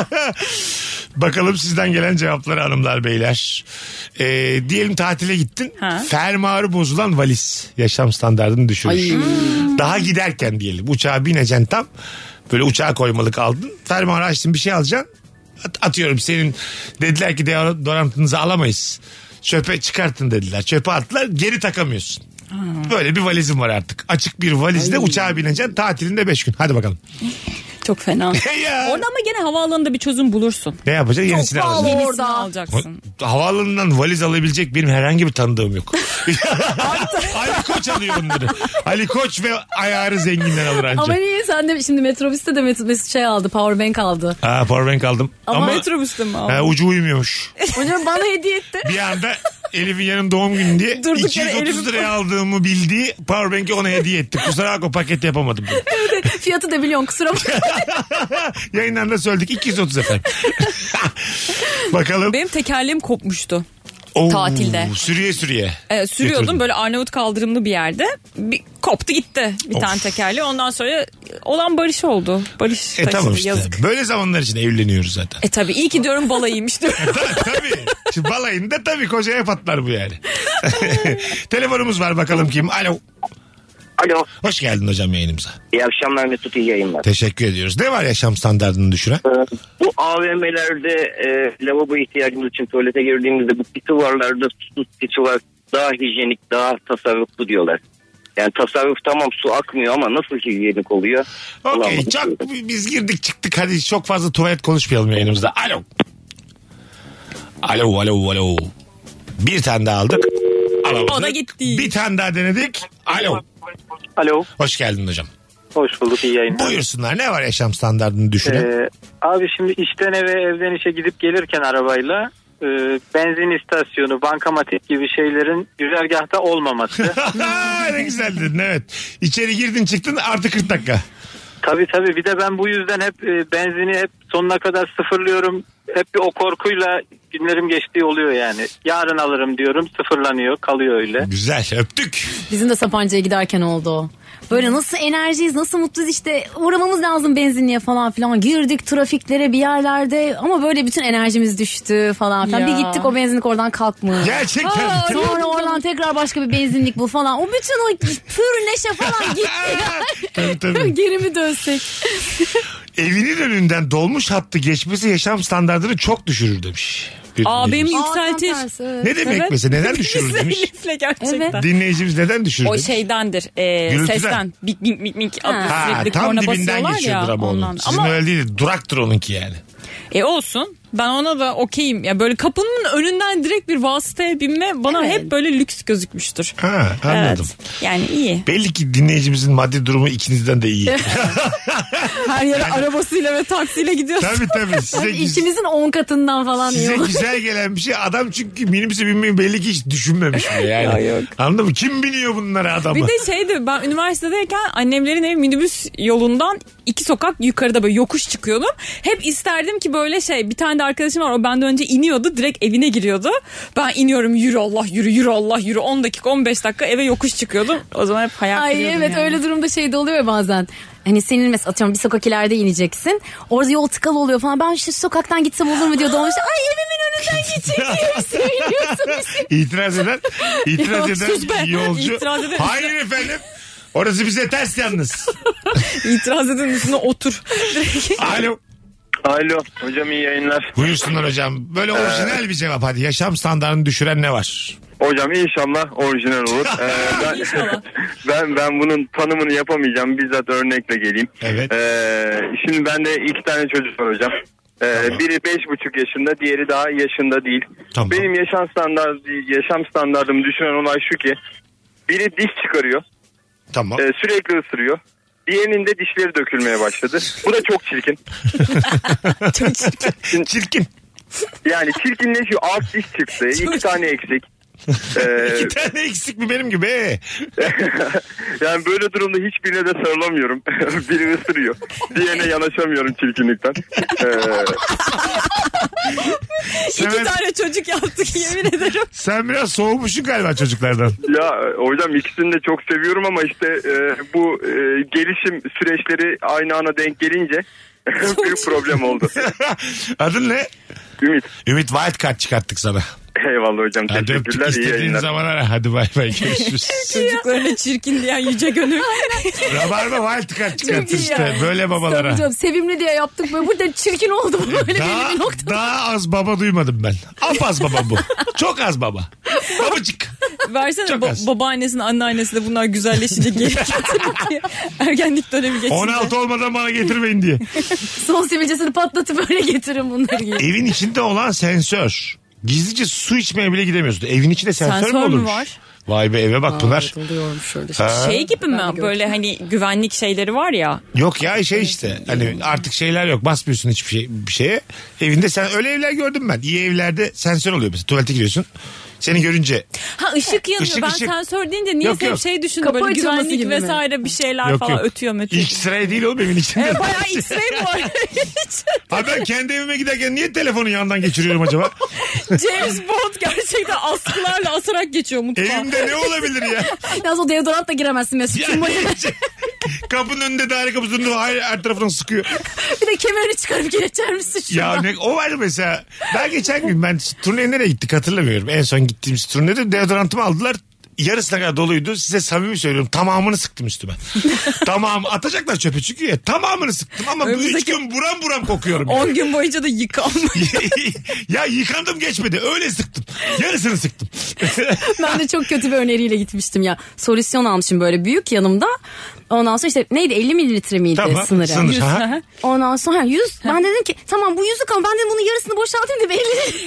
Bakalım sizden gelen cevapları hanımlar beyler. Diyelim tatile gittin. Ha. Fermuarı bozulan valiz yaşam standartını düşürür. Daha giderken diyelim uçağa bineceksin tam. Böyle uçağa koymalık aldın. Fermuarı açtın, bir şey alacaksın. Atıyorum senin dediler ki deodorantınızı alamayız. Çöpe çıkartın dediler. Çöpe attılar, geri takamıyorsun. Böyle bir valizim var artık. Açık bir valizle uçağa bineceksin, tatilinde 5 gün. Hadi bakalım. Çok fena. Ya. Orada ama gene havaalanında bir çözüm bulursun. Ne yapacaksın? Yenisini pahalı alacaksın. Yenisini Orada. alacaksın. Havaalanından valiz alabilecek benim herhangi bir tanıdığım yok. Ali Koç alıyor onları. Ali Koç ve ayarı zenginden alır Ama ancak. niye sen de şimdi metrobüste de Mesut şey aldı, powerbank aldı. Ha, powerbank aldım. Ama metrobüste mi aldın? Ucu uymuyormuş. Hocam bana hediye etti. Bir anda Elif'in yarın doğum günü diye Durduk yere 230 Elif'in- liraya aldığımı bildiği powerbank'i ona hediye etti. Kusura bakma, paket yapamadım. Fiyatı da biliyorsun, kusura bakma. Yayından da söyledik, 230 efendim. Bakalım. Benim tekerleğim kopmuştu. Oo, tatilde. Sürüye. Sürüyordum Götürdün. böyle Arnavut kaldırımlı bir yerde. Koptu gitti bir Of. tane tekerleği. Ondan sonra olan barış oldu. Barış taşıdı, Tamam işte. yazık. Böyle zamanlar için evleniyoruz zaten. Tabii iyi ki diyorum balayıymış diyorum. Tabii. Şimdi balayında tabii kocaya patlar bu yani. Telefonumuz var, bakalım kim? Alo. Alo. Hoş geldin hocam yayınımıza. İyi akşamlar Mesut, iyi yayınlar. Teşekkür ediyoruz. Ne var yaşam standartını düşüren? Bu AVM'lerde lavabo ihtiyacımız için tuvalete girdiğimizde bu pitivarlarda susuz pitivar daha hijyenik, daha tasarruflu diyorlar. Yani tasarruf tamam, su akmıyor ama nasıl hijyenik oluyor? Okey, Anlamadım. çok biz girdik çıktık, hadi çok fazla tuvalet konuşmayalım yayınımızda. Alo. Alo. Bir tane daha aldık. Alamadık. O da gitti. Bir tane daha denedik. Alo. Alo. Hoş geldin hocam. Hoş bulduk, iyi yayınlar. Buyursunlar, ne var yaşam standartını düşüren? Abi şimdi işten eve, evden işe gidip gelirken arabayla benzin istasyonu, bankamatik gibi şeylerin güzergahta olmaması. Ne güzel dedin, evet. İçeri girdin çıktın artı 40 dakika. Tabii bir de ben bu yüzden hep benzini hep sonuna kadar sıfırlıyorum. Hep bir o korkuyla günlerim geçtiği oluyor yani. Yarın alırım diyorum, sıfırlanıyor, kalıyor öyle. Güzel, öptük. Bizim de Sapanca'ya giderken oldu o. Böyle nasıl enerjiyiz, nasıl mutluyuz, işte uğramamız lazım benzinliğe falan filan. Girdik trafiklere bir yerlerde ama böyle bütün enerjimiz düştü falan filan. Ya. Bir gittik, o benzinlik oradan kalkmış. Gerçekten. Sonra oradan tekrar başka bir benzinlik bul falan. O bütün o pür neşe falan gitti. Tabii. Geri mi dönsek? Evinin önünden dolmuş hattı geçmesi yaşam standartını çok düşürür demiş. Benim dinleyicimiz. yükseltir. Ne demek Evet. mesela, neden düşürür demiş. Elif'le gerçekten. Evet. Dinleyicimiz neden düşürür O demiş. şeydendir. Gürültüden. Sesten. Bik bik bik Ha, sürekli tam korna dibinden basıyorlar geçiyordur ya. ama onun. Ondan. Sizin Ama öyle değil, duraktır onunki yani. olsun. Ben ona da okeyim. Ya böyle kapının önünden direkt bir vasıtaya binme bana hep böyle lüks gözükmüştür. Ha, anladım. Evet. Yani iyi. Belli ki dinleyicimizin maddi durumu ikinizden de iyi. Her yere arabasıyla ve taksiyle gidiyorsun. Tabii. Size İkimizin 10 katından falan size iyi olur. güzel gelen bir şey. Adam çünkü minibüse binmeyi belli ki hiç düşünmemiş bile yani. Ya yok. Anladın mı? Kim biniyor bunlara adamı? Bir de şeydi, ben üniversitedeyken annemlerin evi minibüs yolundan 2 sokak yukarıda böyle yokuş çıkıyordum. Hep isterdim ki böyle bir tane de arkadaşım var, o benden önce iniyordu, direkt evine giriyordu. Ben iniyorum, yürü Allah yürü, yürü Allah yürü, 10 dakika 15 dakika eve yokuş çıkıyordum. O zaman hep hayal kuruyordum. Ay evet, yani. öyle durumda şey de oluyor ya bazen. Hani senin mesela atıyorum bir sokak ileride ineceksin. Orada yol tıkalı oluyor falan. Ben şu sokaktan gitsem olur mu diyor. Dolmuş. Ay evimin önünden geçeyim diye söylüyorsun. İtiraz eden yolcu. İtiraz eden- Hayır efendim. Orası bize ters yalnız. İtiraz eden üstüne otur. Alo. Alo hocam, iyi yayınlar. Buyursunlar hocam. Böyle orijinal bir cevap hadi. Yaşam standartını düşüren ne var? Hocam inşallah orijinal olur. Ben bunun tanımını yapamayacağım. Bizzat örnekle geleyim. Evet. Şimdi bende 2 tane çocuk var hocam. Tamam. Biri 5,5 yaşında, diğeri daha yaşında değil. Tamam. Benim yaşam standartımı düşüren olay şu ki, biri diş çıkarıyor. Tamam. Sürekli ısırıyor. Diğerinin de dişleri dökülmeye başladı. Bu da çok çirkin. Çok çirkin. Çirkin. Yani çirkinleşiyor. Alt diş çıktı. 2 tane eksik. 2 tane eksik mi benim gibi? Yani böyle durumda hiçbirine de sarılamıyorum. Biri ısırıyor. Diğerine yanaşamıyorum çirkinlikten. 2 tane çocuk yaptık yemin ederim. Sen biraz soğumuşsun galiba çocuklardan. Ya hocam ikisini de çok seviyorum ama işte bu gelişim süreçleri aynı ana denk gelince büyük problem oldu. Adın ne? Ümit. Ümit Wildcard çıkarttık sana. Eyvallah hocam. Hadi öptük, Teşekkürler. İyi istediğin yayınlar. zaman ara. Hadi bay bay, görüşürüz. Çocuklarına çirkin diyen yüce gönül. Rabarba Wildcard çıkartır Çok iyi işte. ya. Böyle babalara. Hocam sevimli diye yaptık böyle. Burada çirkin oldu böyle belli bir nokta. Daha az baba duymadım ben. Az baba bu. Çok az baba. Babacık. Versene Çok az. babaannesinin anneannesi de bunlar güzelleşince geri getirin diye. Ergenlik dönemi geçince. 16 olmadan bana getirmeyin diye. Son sivilcesini patlatıp böyle getirin bunları gibi. Evin içinde olan sensör. Gizlice su içmeye bile gidemiyorsun. Evin içinde sensör mü olurmuş? var? Vay be, eve bak Pınar. Şey gibi mi böyle hani güvenlik şeyleri var ya. Yok ya işte hani artık şeyler yok, basmıyorsun bir şeye. Evinde sen öyle evler gördüm ben. İyi evlerde sensör oluyor mesela, tuvalete giriyorsun. Seni görünce. Ha ışık yanıyor. Işık, ben ışık. sensör deyince niye Yok, hep yok. şey düşündüm Kapı böyle açılması güvenlik gibi mi? vesaire bir şeyler Yok, falan yok. ötüyor. X-ray değil oğlum evin içinde. Bayağı X-ray mi var? Ha ben kendi evime giderken niye telefonu yandan geçiriyorum acaba? James Bond gerçekten askılarla asarak geçiyor mutfağa. Evimde ne olabilir ya? Yalnız o deodorantla giremezsin Mesut. Kapının önünde daire kapısının önünde her tarafından sıkıyor. Bir de kemerini çıkarıp geçer misin şuradan? Ya o var mesela. Ben geçen gün turneye nereye gittik hatırlamıyorum. En son gittiğimiz turnede deodorantımı aldılar. Yarısına kadar doluydu. Size samimi söylüyorum. Tamamını sıktım üstüme. Tamam, atacaklar çöpe çünkü ya. Tamamını sıktım ama bu 3 gün buram buram kokuyorum. 10 gün boyunca da yıkanmış. Ya yıkandım geçmedi. Öyle sıktım. Yarısını sıktım. Ben de çok kötü bir öneriyle gitmiştim ya. Solüsyon almışım böyle büyük yanımda. Ondan sonra işte neydi 50 mililitre miydi Tamam, sınırı? sınır, 100. aha. Ondan sonra 100. Ben dedim ki tamam bu 100'lük ama ben de bunun yarısını boşaltayım da 50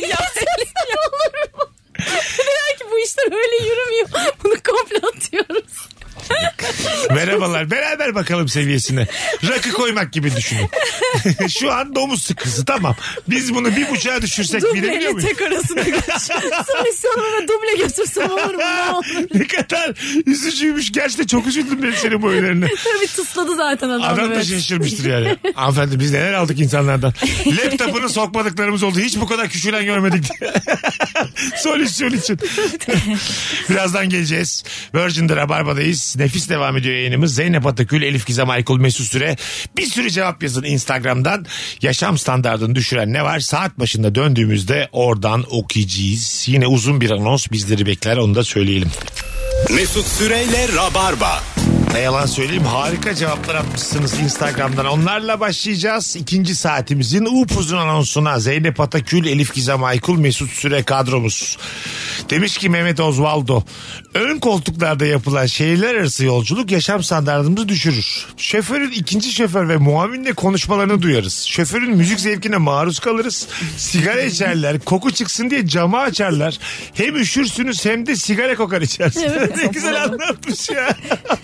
olur mu? Dediler ki bu işler öyle yürümüyor. Bunu komple atıyoruz. Merhabalar. Beraber bakalım seviyesine. Rakı koymak gibi düşünün. Şu an domuz sıkısı tamam. Biz bunu 1,5'a düşürsek bilebiliyor Dubleyle muyuz? tek arasına Solüsyonu ve duble götürsem olur mu? Ne olur? Ne kadar üzücüymüş. Gerçekten çok üzüldüm ben senin bu önlerine. Tabii tısladı zaten adam. Adam da evet. şaşırmıştır yani. Hanımefendi biz neler aldık insanlardan. Laptopunu sokmadıklarımız oldu. Hiç bu kadar küçülen görmedik. Solüsyon için. Birazdan geleceğiz. Virgin'de Rabarba'dayız. Nefis devam ediyor yayınımız. Zeynep Atakül, Elif Gizem Aykul, Mesut Süre. Bir sürü cevap yazın Instagram'dan. Yaşam standartını düşüren ne var? Saat başında döndüğümüzde oradan okuyacağız. Yine uzun bir anons bizleri bekler, onu da söyleyelim. Mesut Süreyle Rabarba. Ne yalan söyleyeyim, harika cevaplar atmışsınız Instagram'dan. Onlarla başlayacağız. İkinci saatimizin upuzun anonsuna. Zeynep Atakül, Elif Gizem Aykul, Mesut Süre kadromuz. Demiş ki Mehmet Osvaldo, ön koltuklarda yapılan şehirler arası yolculuk yaşam standartımızı düşürür. Şoförün ikinci şoför ve muavinle konuşmalarını duyarız. Şoförün müzik zevkine maruz kalırız. Sigara içerler, koku çıksın diye camı açarlar. Hem üşürsünüz hem de sigara kokar içersiniz. Evet, ne güzel anlatmış ya.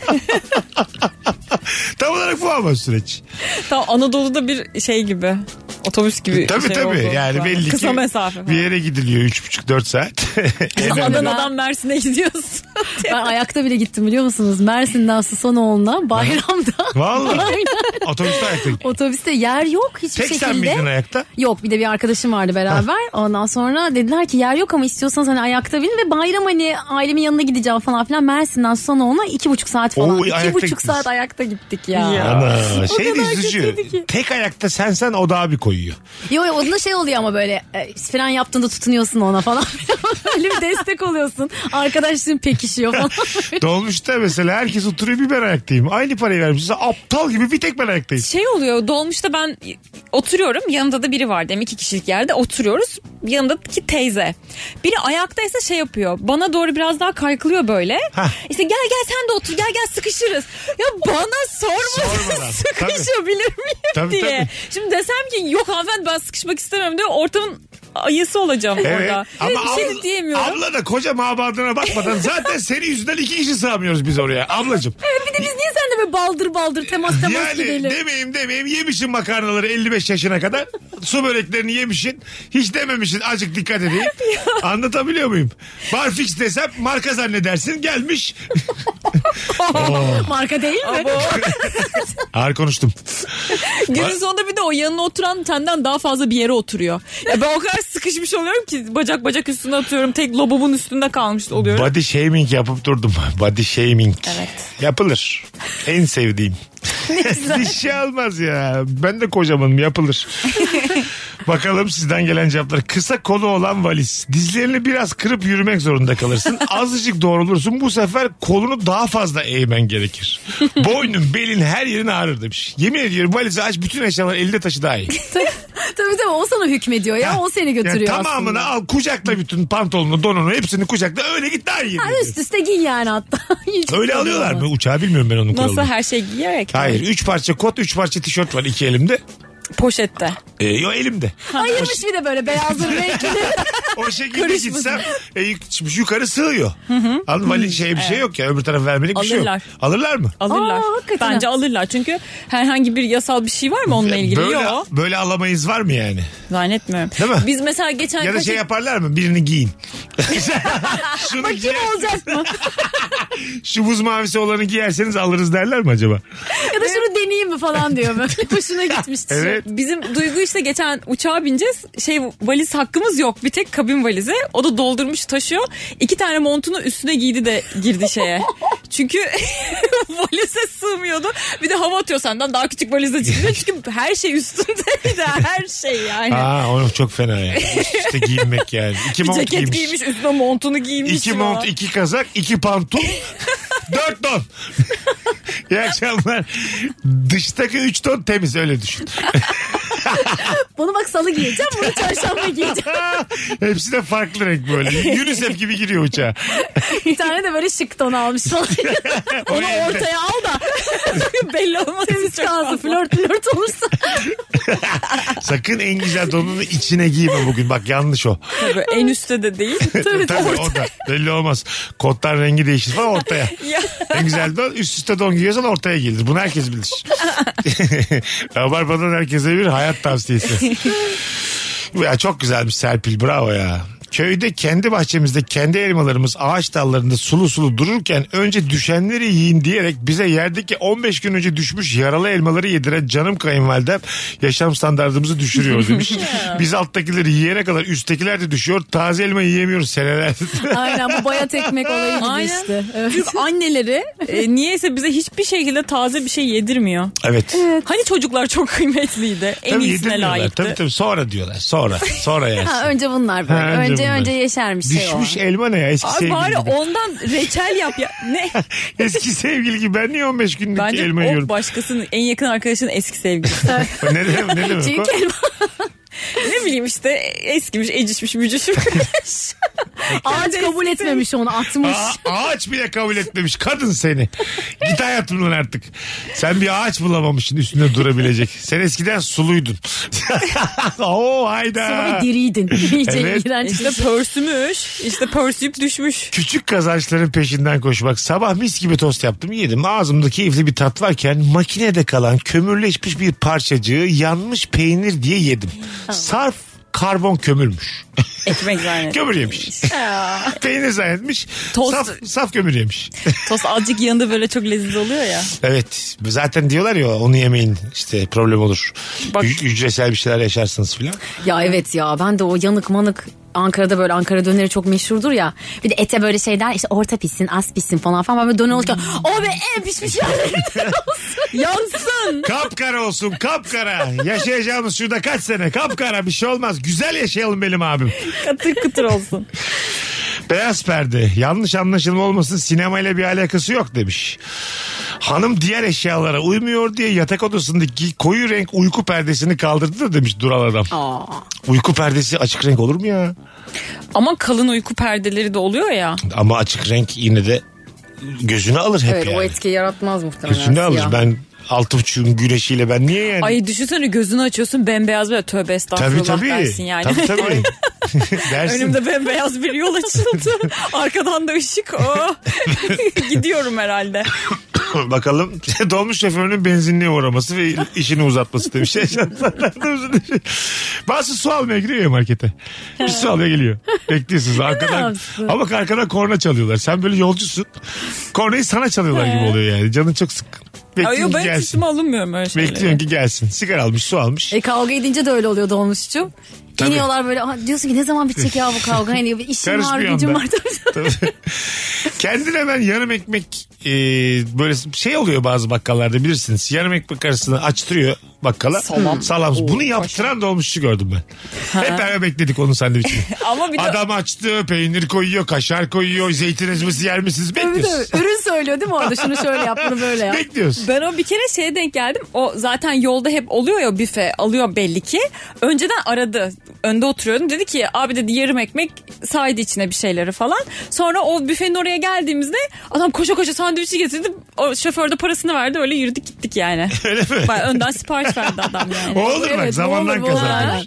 Tam olarak bu ama süreç. Tam Anadolu'da bir şey gibi. Otobüs gibi Tabii şey tabii. oldu. Yani belli Kısa ki mesafe falan. bir yere gidiliyor 3,5-4 saat. Adana'dan Mersin'e gidiyorsun. Ben ayakta bile gittim biliyor musunuz? Mersin'den Susanoğlu'na bayramda. Vallahi. Aynen. Otobüste ayakta gittim. Otobüste yer yok hiçbir Tek şekilde. sen miydin ayakta? Yok, bir de bir arkadaşım vardı beraber. Ondan sonra dediler ki yer yok ama istiyorsanız hani ayakta binin ve bayram hani ailemin yanına gideceğim falan filan. Mersin'den Susanoğlu'na 2,5 saat falan. Oo, ayakta 2,5 gittiniz. saat ayakta gittik ya. Ana, şey de kadar üzücü. kötüydü ki. Tek ayakta sen o daha bir koyuyor. Yo onda şey oluyor ama böyle fren yaptığında tutunuyorsun ona falan. Öyle bir destek oluyorsun. Arkadaşların pekişiyor falan. Dolmuşta mesela herkes oturuyor, bir ben ayaktayım. Aynı parayı vermişiz. Aptal gibi bir tek ben ayaktayım. Şey oluyor, dolmuşta ben oturuyorum, yanımda da biri var, 2 kişilik yerde oturuyoruz, yanındaki teyze biri ayaktaysa şey yapıyor, bana doğru biraz daha kaykılıyor böyle. İşte gel sen de otur, gel sıkışırız. Ya bana sormadan sıkışabilir miyim Tabii, diye. tabii. Şimdi desem ki yok hanımefendi ben sıkışmak istemiyorum diye ortamın ayısı olacağım Evet. orada. Ama Bir şey de diyemiyorum. abla da koca mabadına bakmadan zaten senin yüzünden 2 kişi sığamıyoruz biz oraya ablacığım. Evet, bir de biz niye seninle böyle baldır temas Yani gidelim? demeyeyim yemişsin makarnaları 55 yaşına kadar, su böreklerini yemişsin, hiç dememişsin azıcık dikkat edeyim. Anlatabiliyor muyum? Barfix desem marka zannedersin, gelmiş. Marka değil mi? Ağır konuştum. Günün sonunda bir de o yanına oturan senden daha fazla bir yere oturuyor. Ya ben o kadar sıkışmış oluyorum ki bacak üstüne atıyorum. Tek lobumun üstünde kalmış oluyorum. Body shaming yapıp durdum. Body shaming. Evet. Yapılır. En sevdiğim. Bir şey almaz ya. Ben de kocamanım, yapılır. Bakalım sizden gelen cevaplar. Kısa kolu olan valiz. Dizlerini biraz kırıp yürümek zorunda kalırsın. Azıcık doğrulursun. Bu sefer kolunu daha fazla eğmen gerekir. Boynun, belin, her yerin ağrır demiş. Yemin ediyorum valizi aç, bütün eşyalar elde taşı daha iyi. Tabii o sana hükmediyor ya. O seni götürüyor Yani tamamını aslında. al, kucakla bütün pantolonunu, donunu, hepsini kucakla, öyle git daha iyi. Üst üste giy yani hatta. Hiç Öyle alıyorlar mı? Uçağı bilmiyorum ben onun kuralını. Nasıl, her şey giyerek? Hayır, 3 parça kot, 3 parça tişört var 2 elimde. Poşette. Yok, elimde. Ayırmış bir de böyle beyazları renkli. O şekilde gitsem yukarı sığıyor. Anladın, valiz bir şey yok ya, öbür tarafa vermelik bir şey yok. Alırlar. Alırlar mı? Alırlar. Hakikaten. Bence alırlar. Çünkü herhangi bir yasal bir şey var mı onunla ilgili? Yok. Böyle alamayız var mı yani? Zannetmiyorum. Değil mi? Biz mesela geçen... Ya da şey yaparlar mı? Birini giyin. Şunu Bakayım olacak mı? Şu buz mavisi olanı giyerseniz alırız derler mi acaba? Ya da şunu deneyeyim mi falan diyor böyle. Hoşuna gitmiş. Evet. Bizim Duygu işte geçen uçağa bineceğiz. Valiz hakkımız yok. Bir tek kabin valizi. O da doldurmuş taşıyor. 2 tane montunu üstüne giydi de girdi şeye. Çünkü valize sığmıyordu. Bir de hava atıyor senden, daha küçük valizle çıkıyor. Çünkü her şey üstünde, bir de her şey yani. O çok fena yani. İşte giyinmek yani. 2 Bir mont ceket giymiş, üstüne montunu giymiş. 2 mont, 2 kazak, 2 pantol, 4 don. İyi akşamlar. Dıştaki 3 ton temiz, öyle düşün. Bunu bak salı giyeceğim, bunu çarşamba giyeceğim. Hepsi de farklı renk böyle. UNICEF gibi giriyor uçağa. Bir tane de böyle şık ton almış falan. Onu ortaya al da belli olmaz. Temiz kalsın, flört olursa. Sakın en güzel donunu içine giyme bugün. Bak yanlış o. Tabii, en üstte de değil. Tabii o da belli olmaz. Kotlar rengi değişir falan ortaya. En güzel don, üst üste don giyiyorsan ortaya gelir. Bunu herkes bilir. Rabarba'dan herkese bir hayat tavsiyesi. Ya çok güzelmiş Serpil, bravo ya. Köyde kendi bahçemizde kendi elmalarımız ağaç dallarında sulu sulu dururken önce düşenleri yiyin diyerek bize yerdeki 15 gün önce düşmüş yaralı elmaları yediren canım kayınvalidem yaşam standartımızı düşürüyor demiş. Biz alttakileri yiyene kadar üsttekiler de düşüyor. Taze elma yiyemiyoruz senelerdir. Aynen, bu bayat ekmek olayı gibi Aynen. işte. Evet. Çünkü anneleri niyeyse bize hiçbir şekilde taze bir şey yedirmiyor. Evet. Hani çocuklar çok kıymetliydi. En Tabii iyisine yedirmiyorlar. layıktı. Tabii sonra diyorlar. Sonra yani. Önce bunlar böyle. Önce Önce yeşermiş şey o. Düşmüş elma ne ya eski Abi sevgili bari gibi. ondan reçel yap ya. Ne? Eski sevgili gibi ben niye 15 günlük Bence elma o yiyorum? başkasının en yakın arkadaşının eski sevgilisi. Ne demek o? Çünkü elma. Ne bileyim işte eskimiş, ecişmiş, bücüşmüş. Ağaç kabul etmemiş onu, atmış. Ağaç bile kabul etmemiş. Kadın seni. Git hayatımdan artık. Sen bir ağaç bulamamışsın üstünde durabilecek. Sen eskiden suluydun. Oo hayda. Sonra diriydin. İyice Evet. iğrenç. İşte pörsümüş. İşte pörsüyüp düşmüş. Küçük kazançların peşinden koşmak. Sabah mis gibi tost yaptım yedim. Ağzımda keyifli bir tat varken makinede kalan kömürleşmiş bir parçacığı yanmış peynir diye yedim. Sarf karbon kömürmüş. Ekmek zannetmiş. Kömür yemiş. Peynir zannetmiş. Tost. Saf kömür yemiş. Tost azıcık yanında böyle çok lezzetli oluyor ya. Evet. Zaten diyorlar ya onu yemeyin işte problem olur. Bak- Hücresel bir şeyler yaşarsınız filan. Ya evet ya, ben de o yanık manık, Ankara'da böyle Ankara döneri çok meşhurdur ya. Bir de ete böyle şeyler işte orta pişsin, az pişsin falan falan. Ben böyle döner olurken o be en pişmiş yerlerinde olsun. Yansın. Kapkara olsun kapkara. Yaşayacağımız şurada kaç sene kapkara bir şey olmaz. Güzel yaşayalım benim abim. Katır kıtır olsun. Beyaz perde. Yanlış anlaşılma olmasın sinemayla bir alakası yok demiş. Hanım diğer eşyalara uymuyor diye yatak odasındaki koyu renk uyku perdesini kaldırdı da demiş Dural adam. Uyku perdesi açık renk olur mu ya? Ama kalın uyku perdeleri de oluyor ya. Ama açık renk yine de gözünü alır hep Evet, yani. o etkiyi yaratmaz muhtemelen. Gözünü alır. Ya. Ben 6.5'un güneşiyle ben niye yani? Ay düşünsene gözünü açıyorsun bembeyaz böyle tövbe estağfurullah Tabii. dersin yani. Tabii. Dersin. Önümde bembeyaz bir yol açıldı. Arkadan da ışık. Oh. Gidiyorum herhalde. Bakalım dolmuş şoförünün benzinliğe uğraması ve işini uzatması demiş. Bazı su almaya giriyor ya markete. Bir su almaya geliyor. Bekliyorsunuz arkadan. Ama arkadan korna çalıyorlar. Sen böyle yolcusun. Kornayı sana çalıyorlar gibi oluyor yani. Canın çok sıkkın. Yok ben gelsin. üstüme alınmıyorum öyle şeylere. Bekliyorsun ki gelsin. Sigara almış, su almış. Kavga edince de öyle oluyor dolmuşçu. Tabii. İniyorlar böyle, diyorsun ki ne zaman bitecek ya bu kavga? Hani bir işim var, gücüm var. Tabii. Kendine ben yarım ekmek böyle şey oluyor bazı bakkallarda bilirsiniz. Yarım ekmek arasını açtırıyor bakkala. Salam. Bunu yaptıran dolmuşçu gördüm ben. Hep beraber bekledik onun sandviçini. Ama bir de... Adam açtı, peynir koyuyor, kaşar koyuyor, zeytin ezmesi yer misiniz? Bekliyoruz. Ürün söylüyor değil mi orada? Şunu şöyle yap, bunu böyle yap. Bekliyoruz. Ben o bir kere şeye denk geldim. O zaten yolda hep oluyor ya, büfe alıyor belli ki. Önceden aradı. Önde oturuyordum. Dedi ki abi dedi yarım ekmek saydı içine bir şeyleri falan. Sonra o büfenin oraya geldiğimizde adam koşa koşa sandviçi getirdi. O şoför de parasını verdi. Öyle yürüdük gittik yani. Öyle mi? Bayağı önden sipariş verdi adam yani. Olur bak zamandan kazanmış.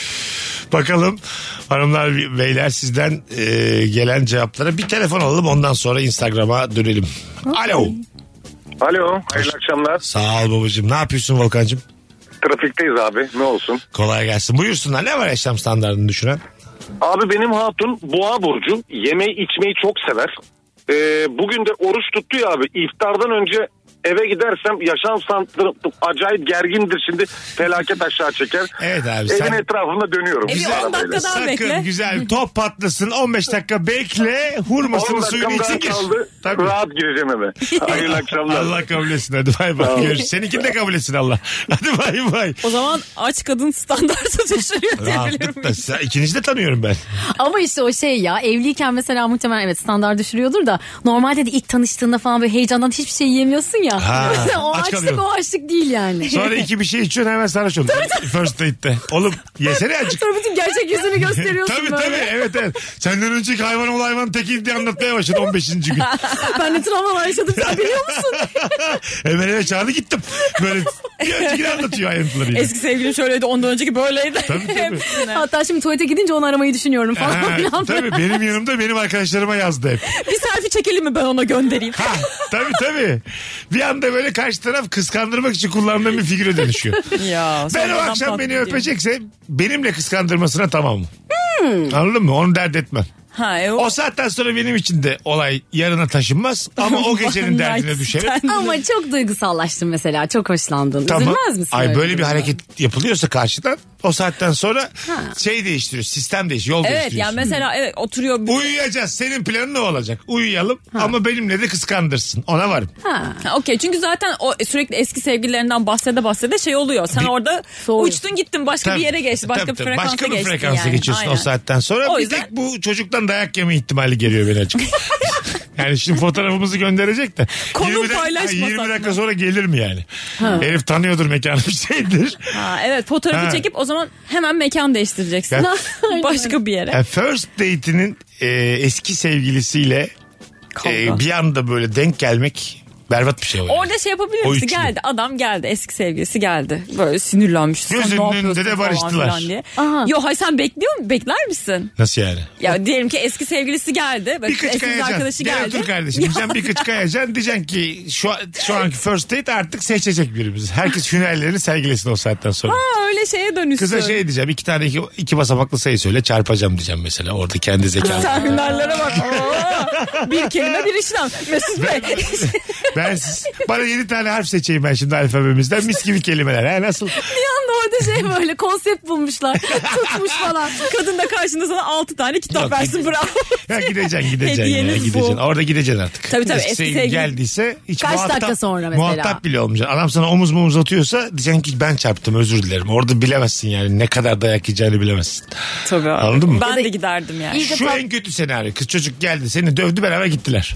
Bakalım hanımlar beyler sizden gelen cevaplara bir telefon alalım ondan sonra Instagram'a dönelim. Alo. Alo, hayırlı akşamlar. Sağ ol babacığım. Ne yapıyorsun Volkan'cığım? Trafikteyiz abi, ne olsun. Kolay gelsin. Buyursunlar. Ne var yaşam standartını düşüren? Abi benim hatun boğa burcu, yemeği içmeyi çok sever. Bugün de oruç tuttu ya abi, iftardan önce eve gidersem yaşam standartım acayip gergindir, şimdi felaket aşağı çeker. Evet abi. Evin etrafında dönüyorum. Güzel. 10 dakika daha sakın bekle. güzel top patlasın 15 dakika bekle hurmasının suyunu için gir. Tabii. Rahat gireceğim eve. Hayırlı akşamlar. Allah kabul etsin hadi bay bay. Görüşürüz. Seninkini de kabul etsin Allah. Hadi bay bay. O zaman aç kadın standartı düşürüyor diyebilir Rahatlıkla. miyim? İkinizi de tanıyorum ben. Ama işte o şey ya, evliyken mesela muhtemelen evet standart düşürüyordur da normalde de ilk tanıştığında falan böyle heyecandan hiçbir şey yiyemiyorsun ya. Ha, o aç açlık kalıyorsun. o açlık değil yani. Sonra iki bir şey içiyorsun hemen sarhoş oluyorsun. First date'te. Oğlum yesene azıcık. Sonra bütün gerçek yüzünü gösteriyorsun Tabii böyle. evet. Senden önceki hayvan ol hayvan tekil diye anlatmaya başladı 15. gün. Ben de travmalar yaşadım, sen biliyor musun? Hemen eve çağırdı gittim. Böyle bir öncekini anlatıyor ayrıntılarıyla. Eski sevgilim şöyleydi, ondan önceki böyleydi. Tabii. Hatta şimdi tuvalete gidince onu aramayı düşünüyorum falan Ha, filan. tabii benim yanımda benim arkadaşlarıma yazdı hep. Bir selfie çekelim mi, ben ona göndereyim. Ha, tabii. Bir anda böyle karşı taraf kıskandırmak için kullandığım bir figüre dönüşüyor. Ya, Ben o sonradan akşam beni patlayayım. öpecekse benimle kıskandırmasına tamamım. Anladın mı? Onu dert etmem. O saatten sonra benim için de olay yarına taşınmaz ama o gecenin derdine düşerim. Ama çok duygusallaştın mesela, çok hoşlandın. Tamam. Üzülmez misin? Ay öyle böyle bir durumda? hareket yapılıyorsa karşıdan O saatten sonra şey değiştiriyor. Sistem değiştiriyor. Yol Evet değiştiriyor. yani mesela oturuyor. Uyuyacağız. Senin planın ne olacak? Uyuyalım ama benimle de kıskandırsın. Ona varım. Okey, çünkü zaten o sürekli eski sevgililerinden bahsede şey oluyor. Sen orada uçtun gittin başka bir yere geçtin. Başka bir frekansa geçtin. Başka bir frekansa yani. geçiyorsun Aynen. o saatten sonra. O Bir yüzden... tek bu çocuktan dayak yeme ihtimali geliyor beni açık. Yani şimdi fotoğrafımızı gönderecek de. Konu paylaşmasak 20 dakika sonra gelir mi yani? Herif tanıyordur mekanı bir şeydir. Evet, fotoğrafı çekip o zaman hemen mekan değiştireceksin. Başka bir yere. Yani first date'inin eski sevgilisiyle bir anda böyle denk gelmek berbat bir şey var. Orada şey yapabilir misin? Geldi adam geldi, eski sevgilisi geldi. Böyle sinirlenmiş. Gözünün önünde de barıştılar. Yok hayır, sen bekler misin? Nasıl yani? Ya diyelim ki eski sevgilisi geldi. Bir kıç kayacaksın. Gel otur kardeşim. Sen bir kıç kayacaksın. Diyeceksin ki şu anki first date artık seçecek birimiz. Herkes hünerlerini sergilesin o saatten sonra. Öyle şeye dönüşsün. Kıza şey diyeceğim. 2 tane iki basamaklı sayı söyle, çarpacağım diyeceğim mesela. Orada kendi zekanı. Sen hünerlere bak. Bir kelime bir işlem. Mesut Bey. Bana 7 tane harf seçeyim ben şimdi alfabemizden. Mis gibi kelimeler. Ha, nasıl? Bir anda orada böyle konsept bulmuşlar. Tutmuş falan. Kadın da karşında sana 6 tane kitap versin, bravo. Ya gideceksin Hediyeniz bu. Orada gideceksin artık. Tabii eski sevgili geldiyse hiç kaç dakika sonra mesela? Muhatap bile olmayacak. Adam sana omuz atıyorsa diyeceksin ki ben çarptım, özür dilerim. Orada bilemezsin yani, ne kadar dayak yiyeceğini bilemezsin. Tabii. Anladın mı? Ben de giderdim yani. Şu en kötü senaryo. Kız çocuk geldi, seni dövdü, beraber gittiler.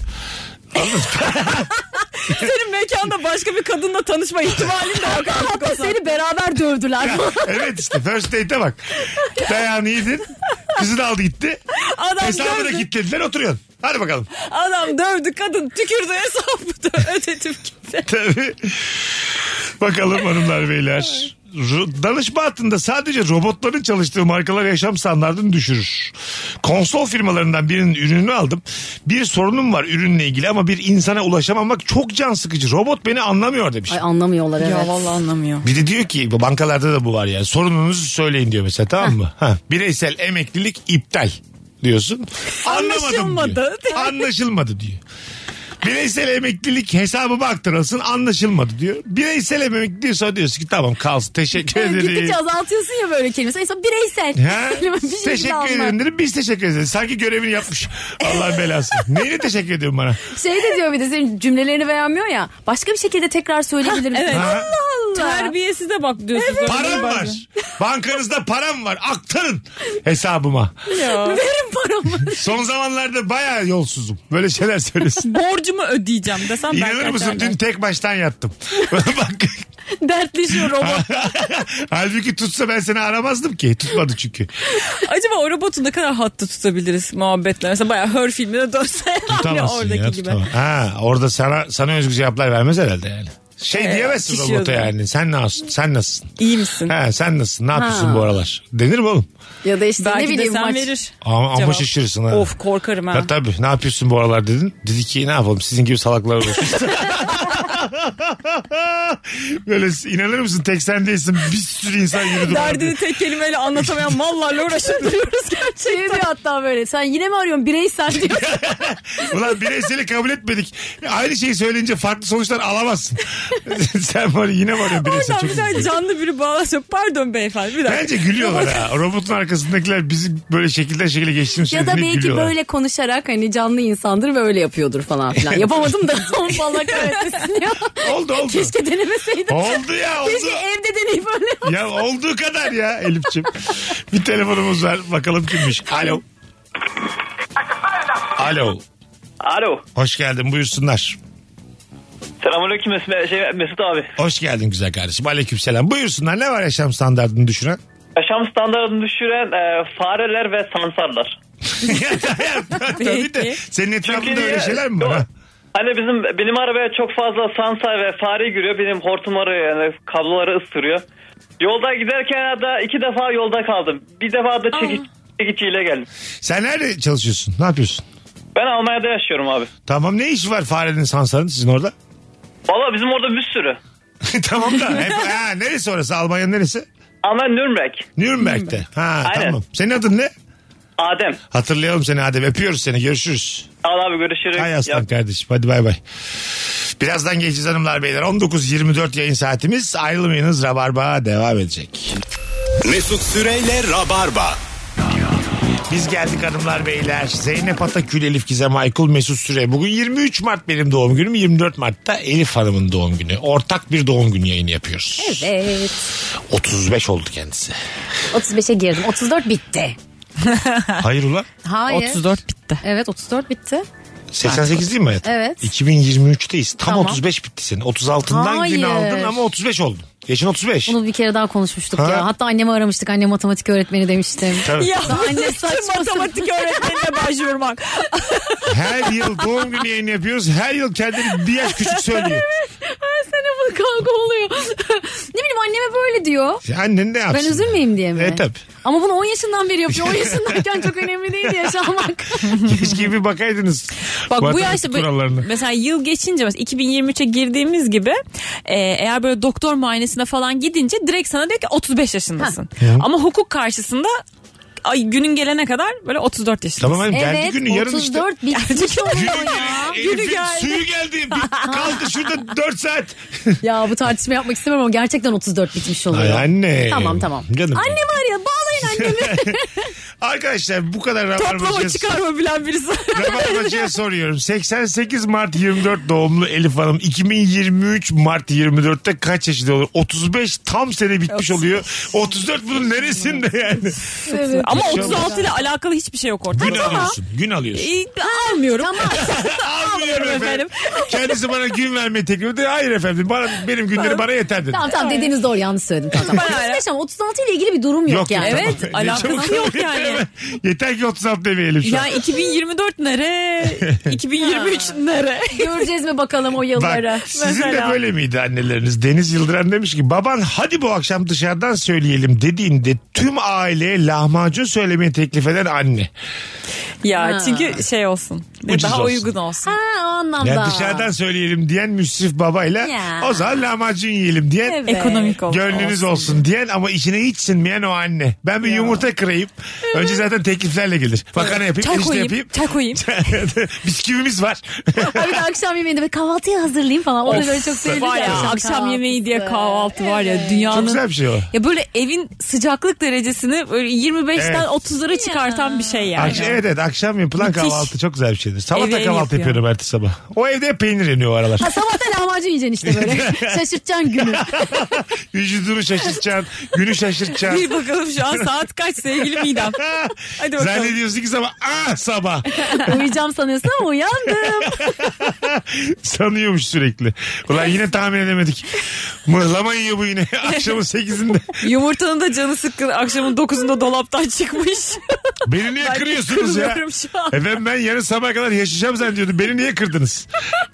Senin mekanda başka bir kadınla tanışma ihtimalin de yok. Hatta seni beraber dövdüler. Evet işte first date'e bak. Dayağını yedin. Kızı da aldı gitti. Hesabı da kilitlediler, oturuyorsun. Hadi bakalım. Adam dövdü, kadın tükürdü, hesabı da ödedim gibi. Tabii. Bakalım hanımlar beyler. Danışma hattında sadece robotların çalıştığı markalar yaşam standartını düşürür. Konsol firmalarından birinin ürününü aldım. Bir sorunum var ürünle ilgili ama bir insana ulaşamamak çok can sıkıcı. Robot beni anlamıyor demiş. Ay anlamıyorlar, evet. Ya vallahi anlamıyor. Bir de diyor ki bankalarda da bu var yani. Sorununuzu söyleyin diyor mesela, tamam mı? Bireysel emeklilik iptal diyorsun. Anlamadım diyor. Anlaşılmadı diyor. Bireysel emeklilik hesabıma aktarılsın, anlaşılmadı diyor. Bireysel emeklilik diyorsa diyorsun ki tamam kalsın, teşekkür ederim. Gittikçe azaltıyorsun ya böyle kelimesi. Mesela bireysel. Teşekkür ederim dedim, biz teşekkür ederiz. Sanki görevini yapmış. Allah'ın belası. Neyine teşekkür ediyorum bana? Şey de diyor bir de, senin cümlelerini beğenmiyor ya. Başka bir şekilde tekrar söyleyebilir misin? Evet. Allah Allah. Terbiyesize bak diyorsun. Evet. Param var. Bankanızda param var. Aktarın hesabıma. Ya. Verin paramı. Son zamanlarda bayağı yolsuzum. Böyle şeyler söylesin. Borcumu ödeyeceğim desem ben İnanır mısın, dün tek baştan yattım. Bak. Dertleşiyor robot. Halbuki tutsa ben seni aramazdım ki. Tutmadı çünkü. Acaba o robotu ne kadar hattı tutabiliriz muhabbetle? Mesela bayağı Her filmine dönse yani oradaki ya, gibi. Orada sana özgü cevaplar vermez herhalde yani. Diyemezsin kişiyor robota da. yani. Sen nasılsın? İyi misin? Sen nasılsın? Ne yapıyorsun bu aralar? Denir mi oğlum? Ya da işte belki ne bileyim de sen maç. verir. Ama cevap. şaşırırsın ha. Of, korkarım ha. Tabii, ne yapıyorsun bu aralar dedin. Dedi ki ne yapalım, sizin gibi salaklar olur. Böyle inanır mısın, tek sen değilsin, bir sürü insan yürüdü. Derdini tek kelimeyle anlatamayan mallarla uğraşıp duruyoruz gerçekten. Şey diyor hatta böyle, sen yine mi arıyorsun bireysel diyor. Ulan bireyseli kabul etmedik. Aynı şeyi söyleyince farklı sonuçlar alamazsın. Sen var yine var ya bireysel. Oradan bir tane canlı biri bağlasın. Pardon beyefendi, bir dakika. Bence gülüyorlar ha. Robotun arkasındakiler bizi böyle şekilde geçtiğimiz Ya da belki böyle konuşarak hani canlı insandır ve öyle yapıyordur falan filan. Yapamadım da onu falan kahretmesin ya. Oldu. Keşke denemeseydim. Oldu ya, oldu. Keşke evde deneyip öyle yapsaydım. Ya olduğu kadar ya Elif'ciğim. Bir telefonumuz var. Bakalım kimmiş. Alo. Alo. Hoş geldin, buyursunlar. Selamünaleyküm Mesut abi. Hoş geldin güzel kardeşim. Aleykümselam. Buyursunlar, ne var yaşam standartını düşüren? Yaşam standartını düşüren fareler ve sansarlar. Tabii de senin etrafında öyle şeyler mi var? Hani benim arabaya çok fazla sansar ve fare giriyor. Benim hortumları yani kabloları ısırıyor. Yolda giderken de 2 defa yolda kaldım. Bir defa da çekiciyle geldim. Sen nerede çalışıyorsun? Ne yapıyorsun? Ben Almanya'da yaşıyorum abi. Tamam, ne işi var farenin sansarın sizin orada? Valla bizim orada bir sürü. Tamam da neresi orası? Almanya'nın neresi? Almanya Nürnberg'de. Aynen. Tamam. Senin adın ne? Adem. Hatırlayalım seni Adem. Öpüyoruz seni. Görüşürüz. Al abi, görüşürüz. Hay aslan kardeşim. Hadi bay bay. Birazdan geleceğiz hanımlar beyler. 19.24 yayın saatimiz. Ayrılmayınız. Rabarba devam edecek. Mesut Süreyle Rabarba. Biz geldik hanımlar beyler. Zeynep Atakül, Elif Gizem Aykul, Mesut Süre. Bugün 23 Mart benim doğum günüm. 24 Mart'ta Elif Hanım'ın doğum günü. Ortak bir doğum günü yayını yapıyoruz. Evet. 35 oldu kendisi. 35'e girdim. 34 bitti. Hayır ulan. Hayır. 34 bitti. Evet 34 bitti. 88 değil mi hayatım? Evet. 2023'teyiz. Tam Tamam. 35 bitti senin. 36'dan Hayır. gün aldın ama 35 oldun. Yaşın 35. Bunu bir kere daha konuşmuştuk Ha? ya. Hatta annemi aramıştık. Anne matematik öğretmeni demiştim. Tabii. Ya Anne saçma matematik öğretmenine başvurmak. Her yıl doğum günü yayını yapıyoruz. Her yıl kendini bir yaş küçük söylüyor. Her sene bu kavga oluyor. Ne bileyim anneme böyle diyor. Annen ne yapsın? Ben üzülmeyeyim diye mi? Tabii. Ama bunu 10 yaşından beri yapıyor. 10 yaşındayken çok önemli değil yaşamak. Keşke bir bakaydınız. Bak bu matematik yaşta kurallarına. mesela yıl geçince mesela 2023'e girdiğimiz gibi eğer böyle doktor muayenesine falan gidince direkt sana diyor ki 35 yaşındasın. Ama hukuk karşısında günün gelene kadar böyle 34 yaşındasın. Tamam hanım geldi Evet günü yarın 34 işte. bitmiş oluyor ya. Elif'in geldi. suyu geldi. Kaldı şurada 4 saat. Ya bu tartışma yapmak istemiyorum ama gerçekten 34 bitmiş oluyor. Ay anne. Tamam. Canım. Annem var ya bağlayın annemi. Arkadaşlar bu kadar Toplama rabarbacıya, çıkarma bilen birisi. rabarbacıya soruyorum. 88 Mart 24 doğumlu Elif Hanım 2023 Mart 24'te kaç yaşında olur? 35 tam sene bitmiş oluyor. 34 bunun neresinde yani? Evet. Ama Şu an- 36 ile alakalı hiçbir şey yok ortada. Gün alıyorsun. Gün alıyorsun. Almıyorum. Tamam. Almıyorum efendim. Kendisi bana gün vermeyi teklif ediyor. Hayır efendim. Benim günleri bana yeter dedi. Tamam dediğiniz doğru yanlış söyledim. Tamam. 35 ama 36 ile ilgili bir durum yok yani. Evet, tamam. alakası yok yani. Yeter ki 36 demeyelim şu an. Yani 2024 nere? 2023 nere? Göreceğiz mi bakalım o yılları. Bak sizin de Mesela. böyle miydi anneleriniz? Deniz Yıldıran demiş ki baban hadi bu akşam dışarıdan söyleyelim dediğinde tüm aileye lahmacun söylemeyi teklif eden anne. Ya çünkü şey olsun. Ucuz daha olsun. uygun olsun. Ha o anlamda. Yani dışarıdan söyleyelim diyen müsrif babayla Ya. o zaman lahmacun yiyelim diyen Evet. Ekonomik olsun. gönlünüz olsun diyen ama içine hiç sinmeyen o anne. Ben bir yumurta kırayım. Önce zaten tekliflerle gelir. Makarna yapayım, Çay erişte koyayım. yapayım. Çay koyayım. Bisküvimiz var. Ha, bir de akşam yemeğinde kahvaltıya hazırlayayım falan. O da böyle çok sevdiğim Var ya akşam yemeği diye kahvaltı var ya dünyanın. Çok güzel bir şey o. Ya böyle evin sıcaklık derecesini böyle 25'ten Evet. 30'lara çıkartan bir şey yani. Evet akşam yapılan Müthiş. kahvaltı çok güzel bir şeydir. Sabah Ev da ev kahvaltı yapıyor. yapıyorum ertesi sabah. O evde hep peynir yeniyor o aralar. Ha, sabah da lahmacun yiyeceksin işte böyle. Şaşırtacaksın günü. Vücudunu şaşırtacaksın. Günü şaşırtacaksın. Bir bakalım şu an saat kaç sevgili midem. Hadi bakalım. Zannediyorsun ki sabah sabah. Uyuyacağım sanıyorsun ama uyandım. Sanıyormuş sürekli. Ulan yine tahmin edemedik. Mıhlama yiyor bu yine akşamın 8'inde. Yumurtanın da canı sıkkın. Akşamın 9'unda dolaptan çıkmış. Beni niye Ben kırıyorsunuz ya? kırmıyorum şu an. Efendim ben yarın sabah kadar yaşayacağım zannediyordum. Beni niye kırdınız?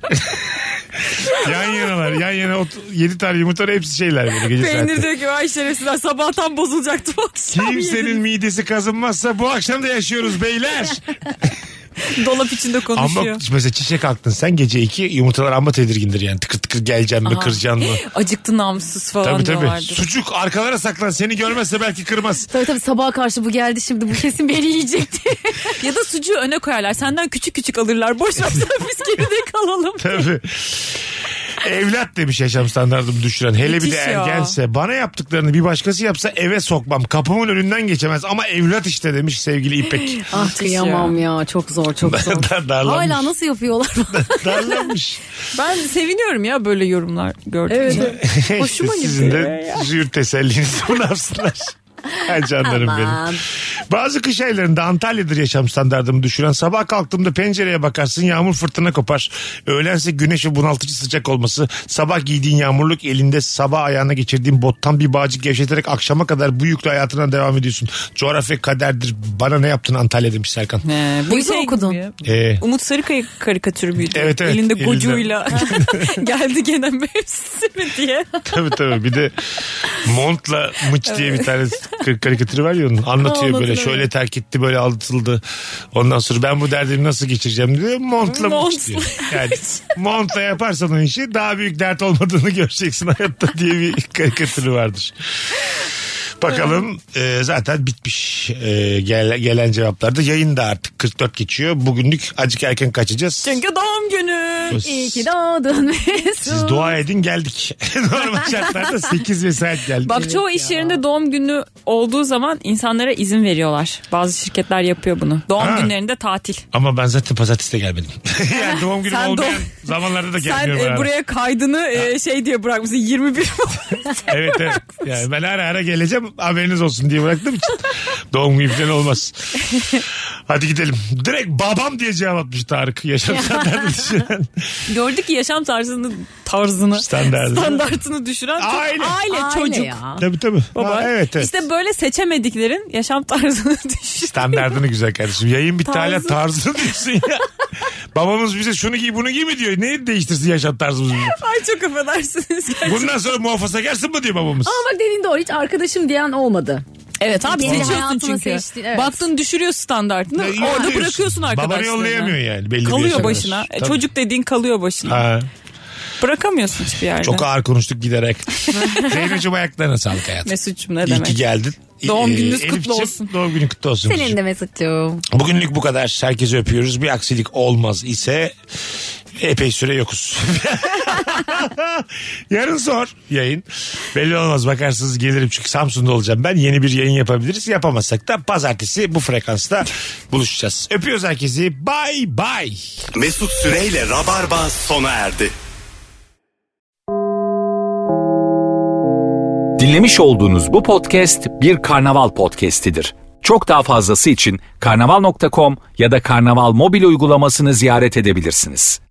yan yanalar. Yan yana 7 tane yumurta hepsi şeyler böyle gece Peynir saatte. diyor ki vay şerefsizler sabahtan bozulacaktı bu akşam. Kimsenin midesi kazınmazsa bu akşam da yaşıyoruz beyler. Dolap içinde konuşuyor. Ama mesela çiçek kalktın sen gece 2 yumurtalar amma tedirgindir yani. Tıkır tıkır geleceğim mi Aha. kıracaksın mı? Acıktı namussuz falan Tabii diyorlardı. Sucuk arkalara saklan seni görmezse belki kırmaz. Tabii sabaha karşı bu geldi şimdi bu kesin beni yiyecekti. Ya da sucuğu öne koyarlar. Senden küçük küçük alırlar. Boş ver sen biz geride kalalım. Tabii. Evlat demiş yaşam standartımı düşüren. Hele bir de Müthiş ya. ergense bana yaptıklarını bir başkası yapsa eve sokmam. Kapımın önünden geçemez ama evlat işte demiş sevgili İpek. Ah kıyamam ya çok zor çok zor. Darlanmış. Hala nasıl yapıyorlar? Darlanmış. Ben seviniyorum ya böyle yorumlar gördükçe. Evet. Hoşuma gitti. Sizin de züğürt teselliniz bu ne yapsınlar? Ay canlarım Aman. benim. Bazı kış aylarında Antalya'dır yaşam standartımı düşüren. Sabah kalktığımda pencereye bakarsın yağmur fırtına kopar. Öğlense güneş ve bunaltıcı sıcak olması. Sabah giydiğin yağmurluk elinde sabah ayağına geçirdiğin bottan bir bağcık gevşeterek akşama kadar bu yükle hayatına devam ediyorsun. Coğrafya kaderdir. Bana ne yaptın Antalya demiş Serkan. Bu Buydu okudun. gibi. Umut Sarıkaya karikatürü müydü? Evet, evet. Elinde Elinde. gocuyla geldi gene mevsimi diye. Tabii bir de montla mıç diye bir tane karikatürü var ya onun. Anlatıyor böyle şöyle terk etti böyle aldatıldı. Ondan sonra ben bu derdimi nasıl geçireceğim diyor. Montla mıç diyor. Yani montla yaparsan o işi daha büyük dert olmadığını göreceksin hayatta diye bir karikatürü vardır. Bakalım zaten bitmiş gelen cevaplarda. Yayın da artık 44 geçiyor. Bugünlük azıcık erken kaçacağız. Çünkü doğum günü. İyi ki doğdun Mesut. Siz dua edin geldik. Normal şartlarda 8 vesait geldik. Bak çoğu iş yerinde doğum günü olduğu zaman insanlara izin veriyorlar. Bazı şirketler yapıyor bunu. Doğum günlerinde tatil. Ama ben zaten pazartesi de gelmedim. Yani doğum günüm olmayan zamanlarda da gelmiyorum. Sen buraya kaydını şey diye bırakmışsın 21. Evet. Yani ben ara geleceğim haberiniz olsun diye bıraktığım için doğum günü falan olmaz. Hadi gidelim. Direkt babam diye cevap atmış Tarık. Yaşam standartını düşüren. Gördük ki yaşam tarzını standartını düşüren aile çocuk. Ya. Tabii. Baba. Evet. İşte böyle seçemediklerin yaşam tarzını düşüren. Standartını güzel kardeşim. Yayın bitti hala tarzını diyorsun ya. Babamız bize şunu giy bunu giy mi diyor. Neyi değiştirsin yaşam tarzımızı? Ay çok affedersiniz. Gerçekten. Bundan sonra muhafazakarsın mı diyor babamız? Ama bak dediğin doğru, hiç arkadaşım diyen olmadı. Evet abi seçiyorsun çünkü. Seçtin, evet. Baktın düşürüyor standartını. Orada bırakıyorsun arkadaşlarına. Babanı yollayamıyor yani. Belli kalıyor başına. Çocuk dediğin kalıyor başına. Ha. Bırakamıyorsun hiçbir yerde. Çok ağır konuştuk giderek. Zeynep'ciğim ayaklarına sağlık hayatım. Mesut'cum ne demek. İyi ki geldin. Doğum gününüz kutlu olsun. Doğum günün kutlu olsun. Senin de Mesut'cum. Bugünlük bu kadar. Herkese öpüyoruz. Bir aksilik olmaz ise epey süre yokuz. Yarın sor yayın. Belli olmaz, bakarsınız gelirim çünkü Samsun'da olacağım ben. Yeni bir yayın yapabiliriz. Yapamazsak da pazartesi bu frekansta buluşacağız. Öpüyoruz herkesi. Bye bye. Mesut Süreyle Rabarba sona erdi. Dinlemiş olduğunuz bu podcast bir karnaval podcastidir. Çok daha fazlası için karnaval.com ya da karnaval mobil uygulamasını ziyaret edebilirsiniz.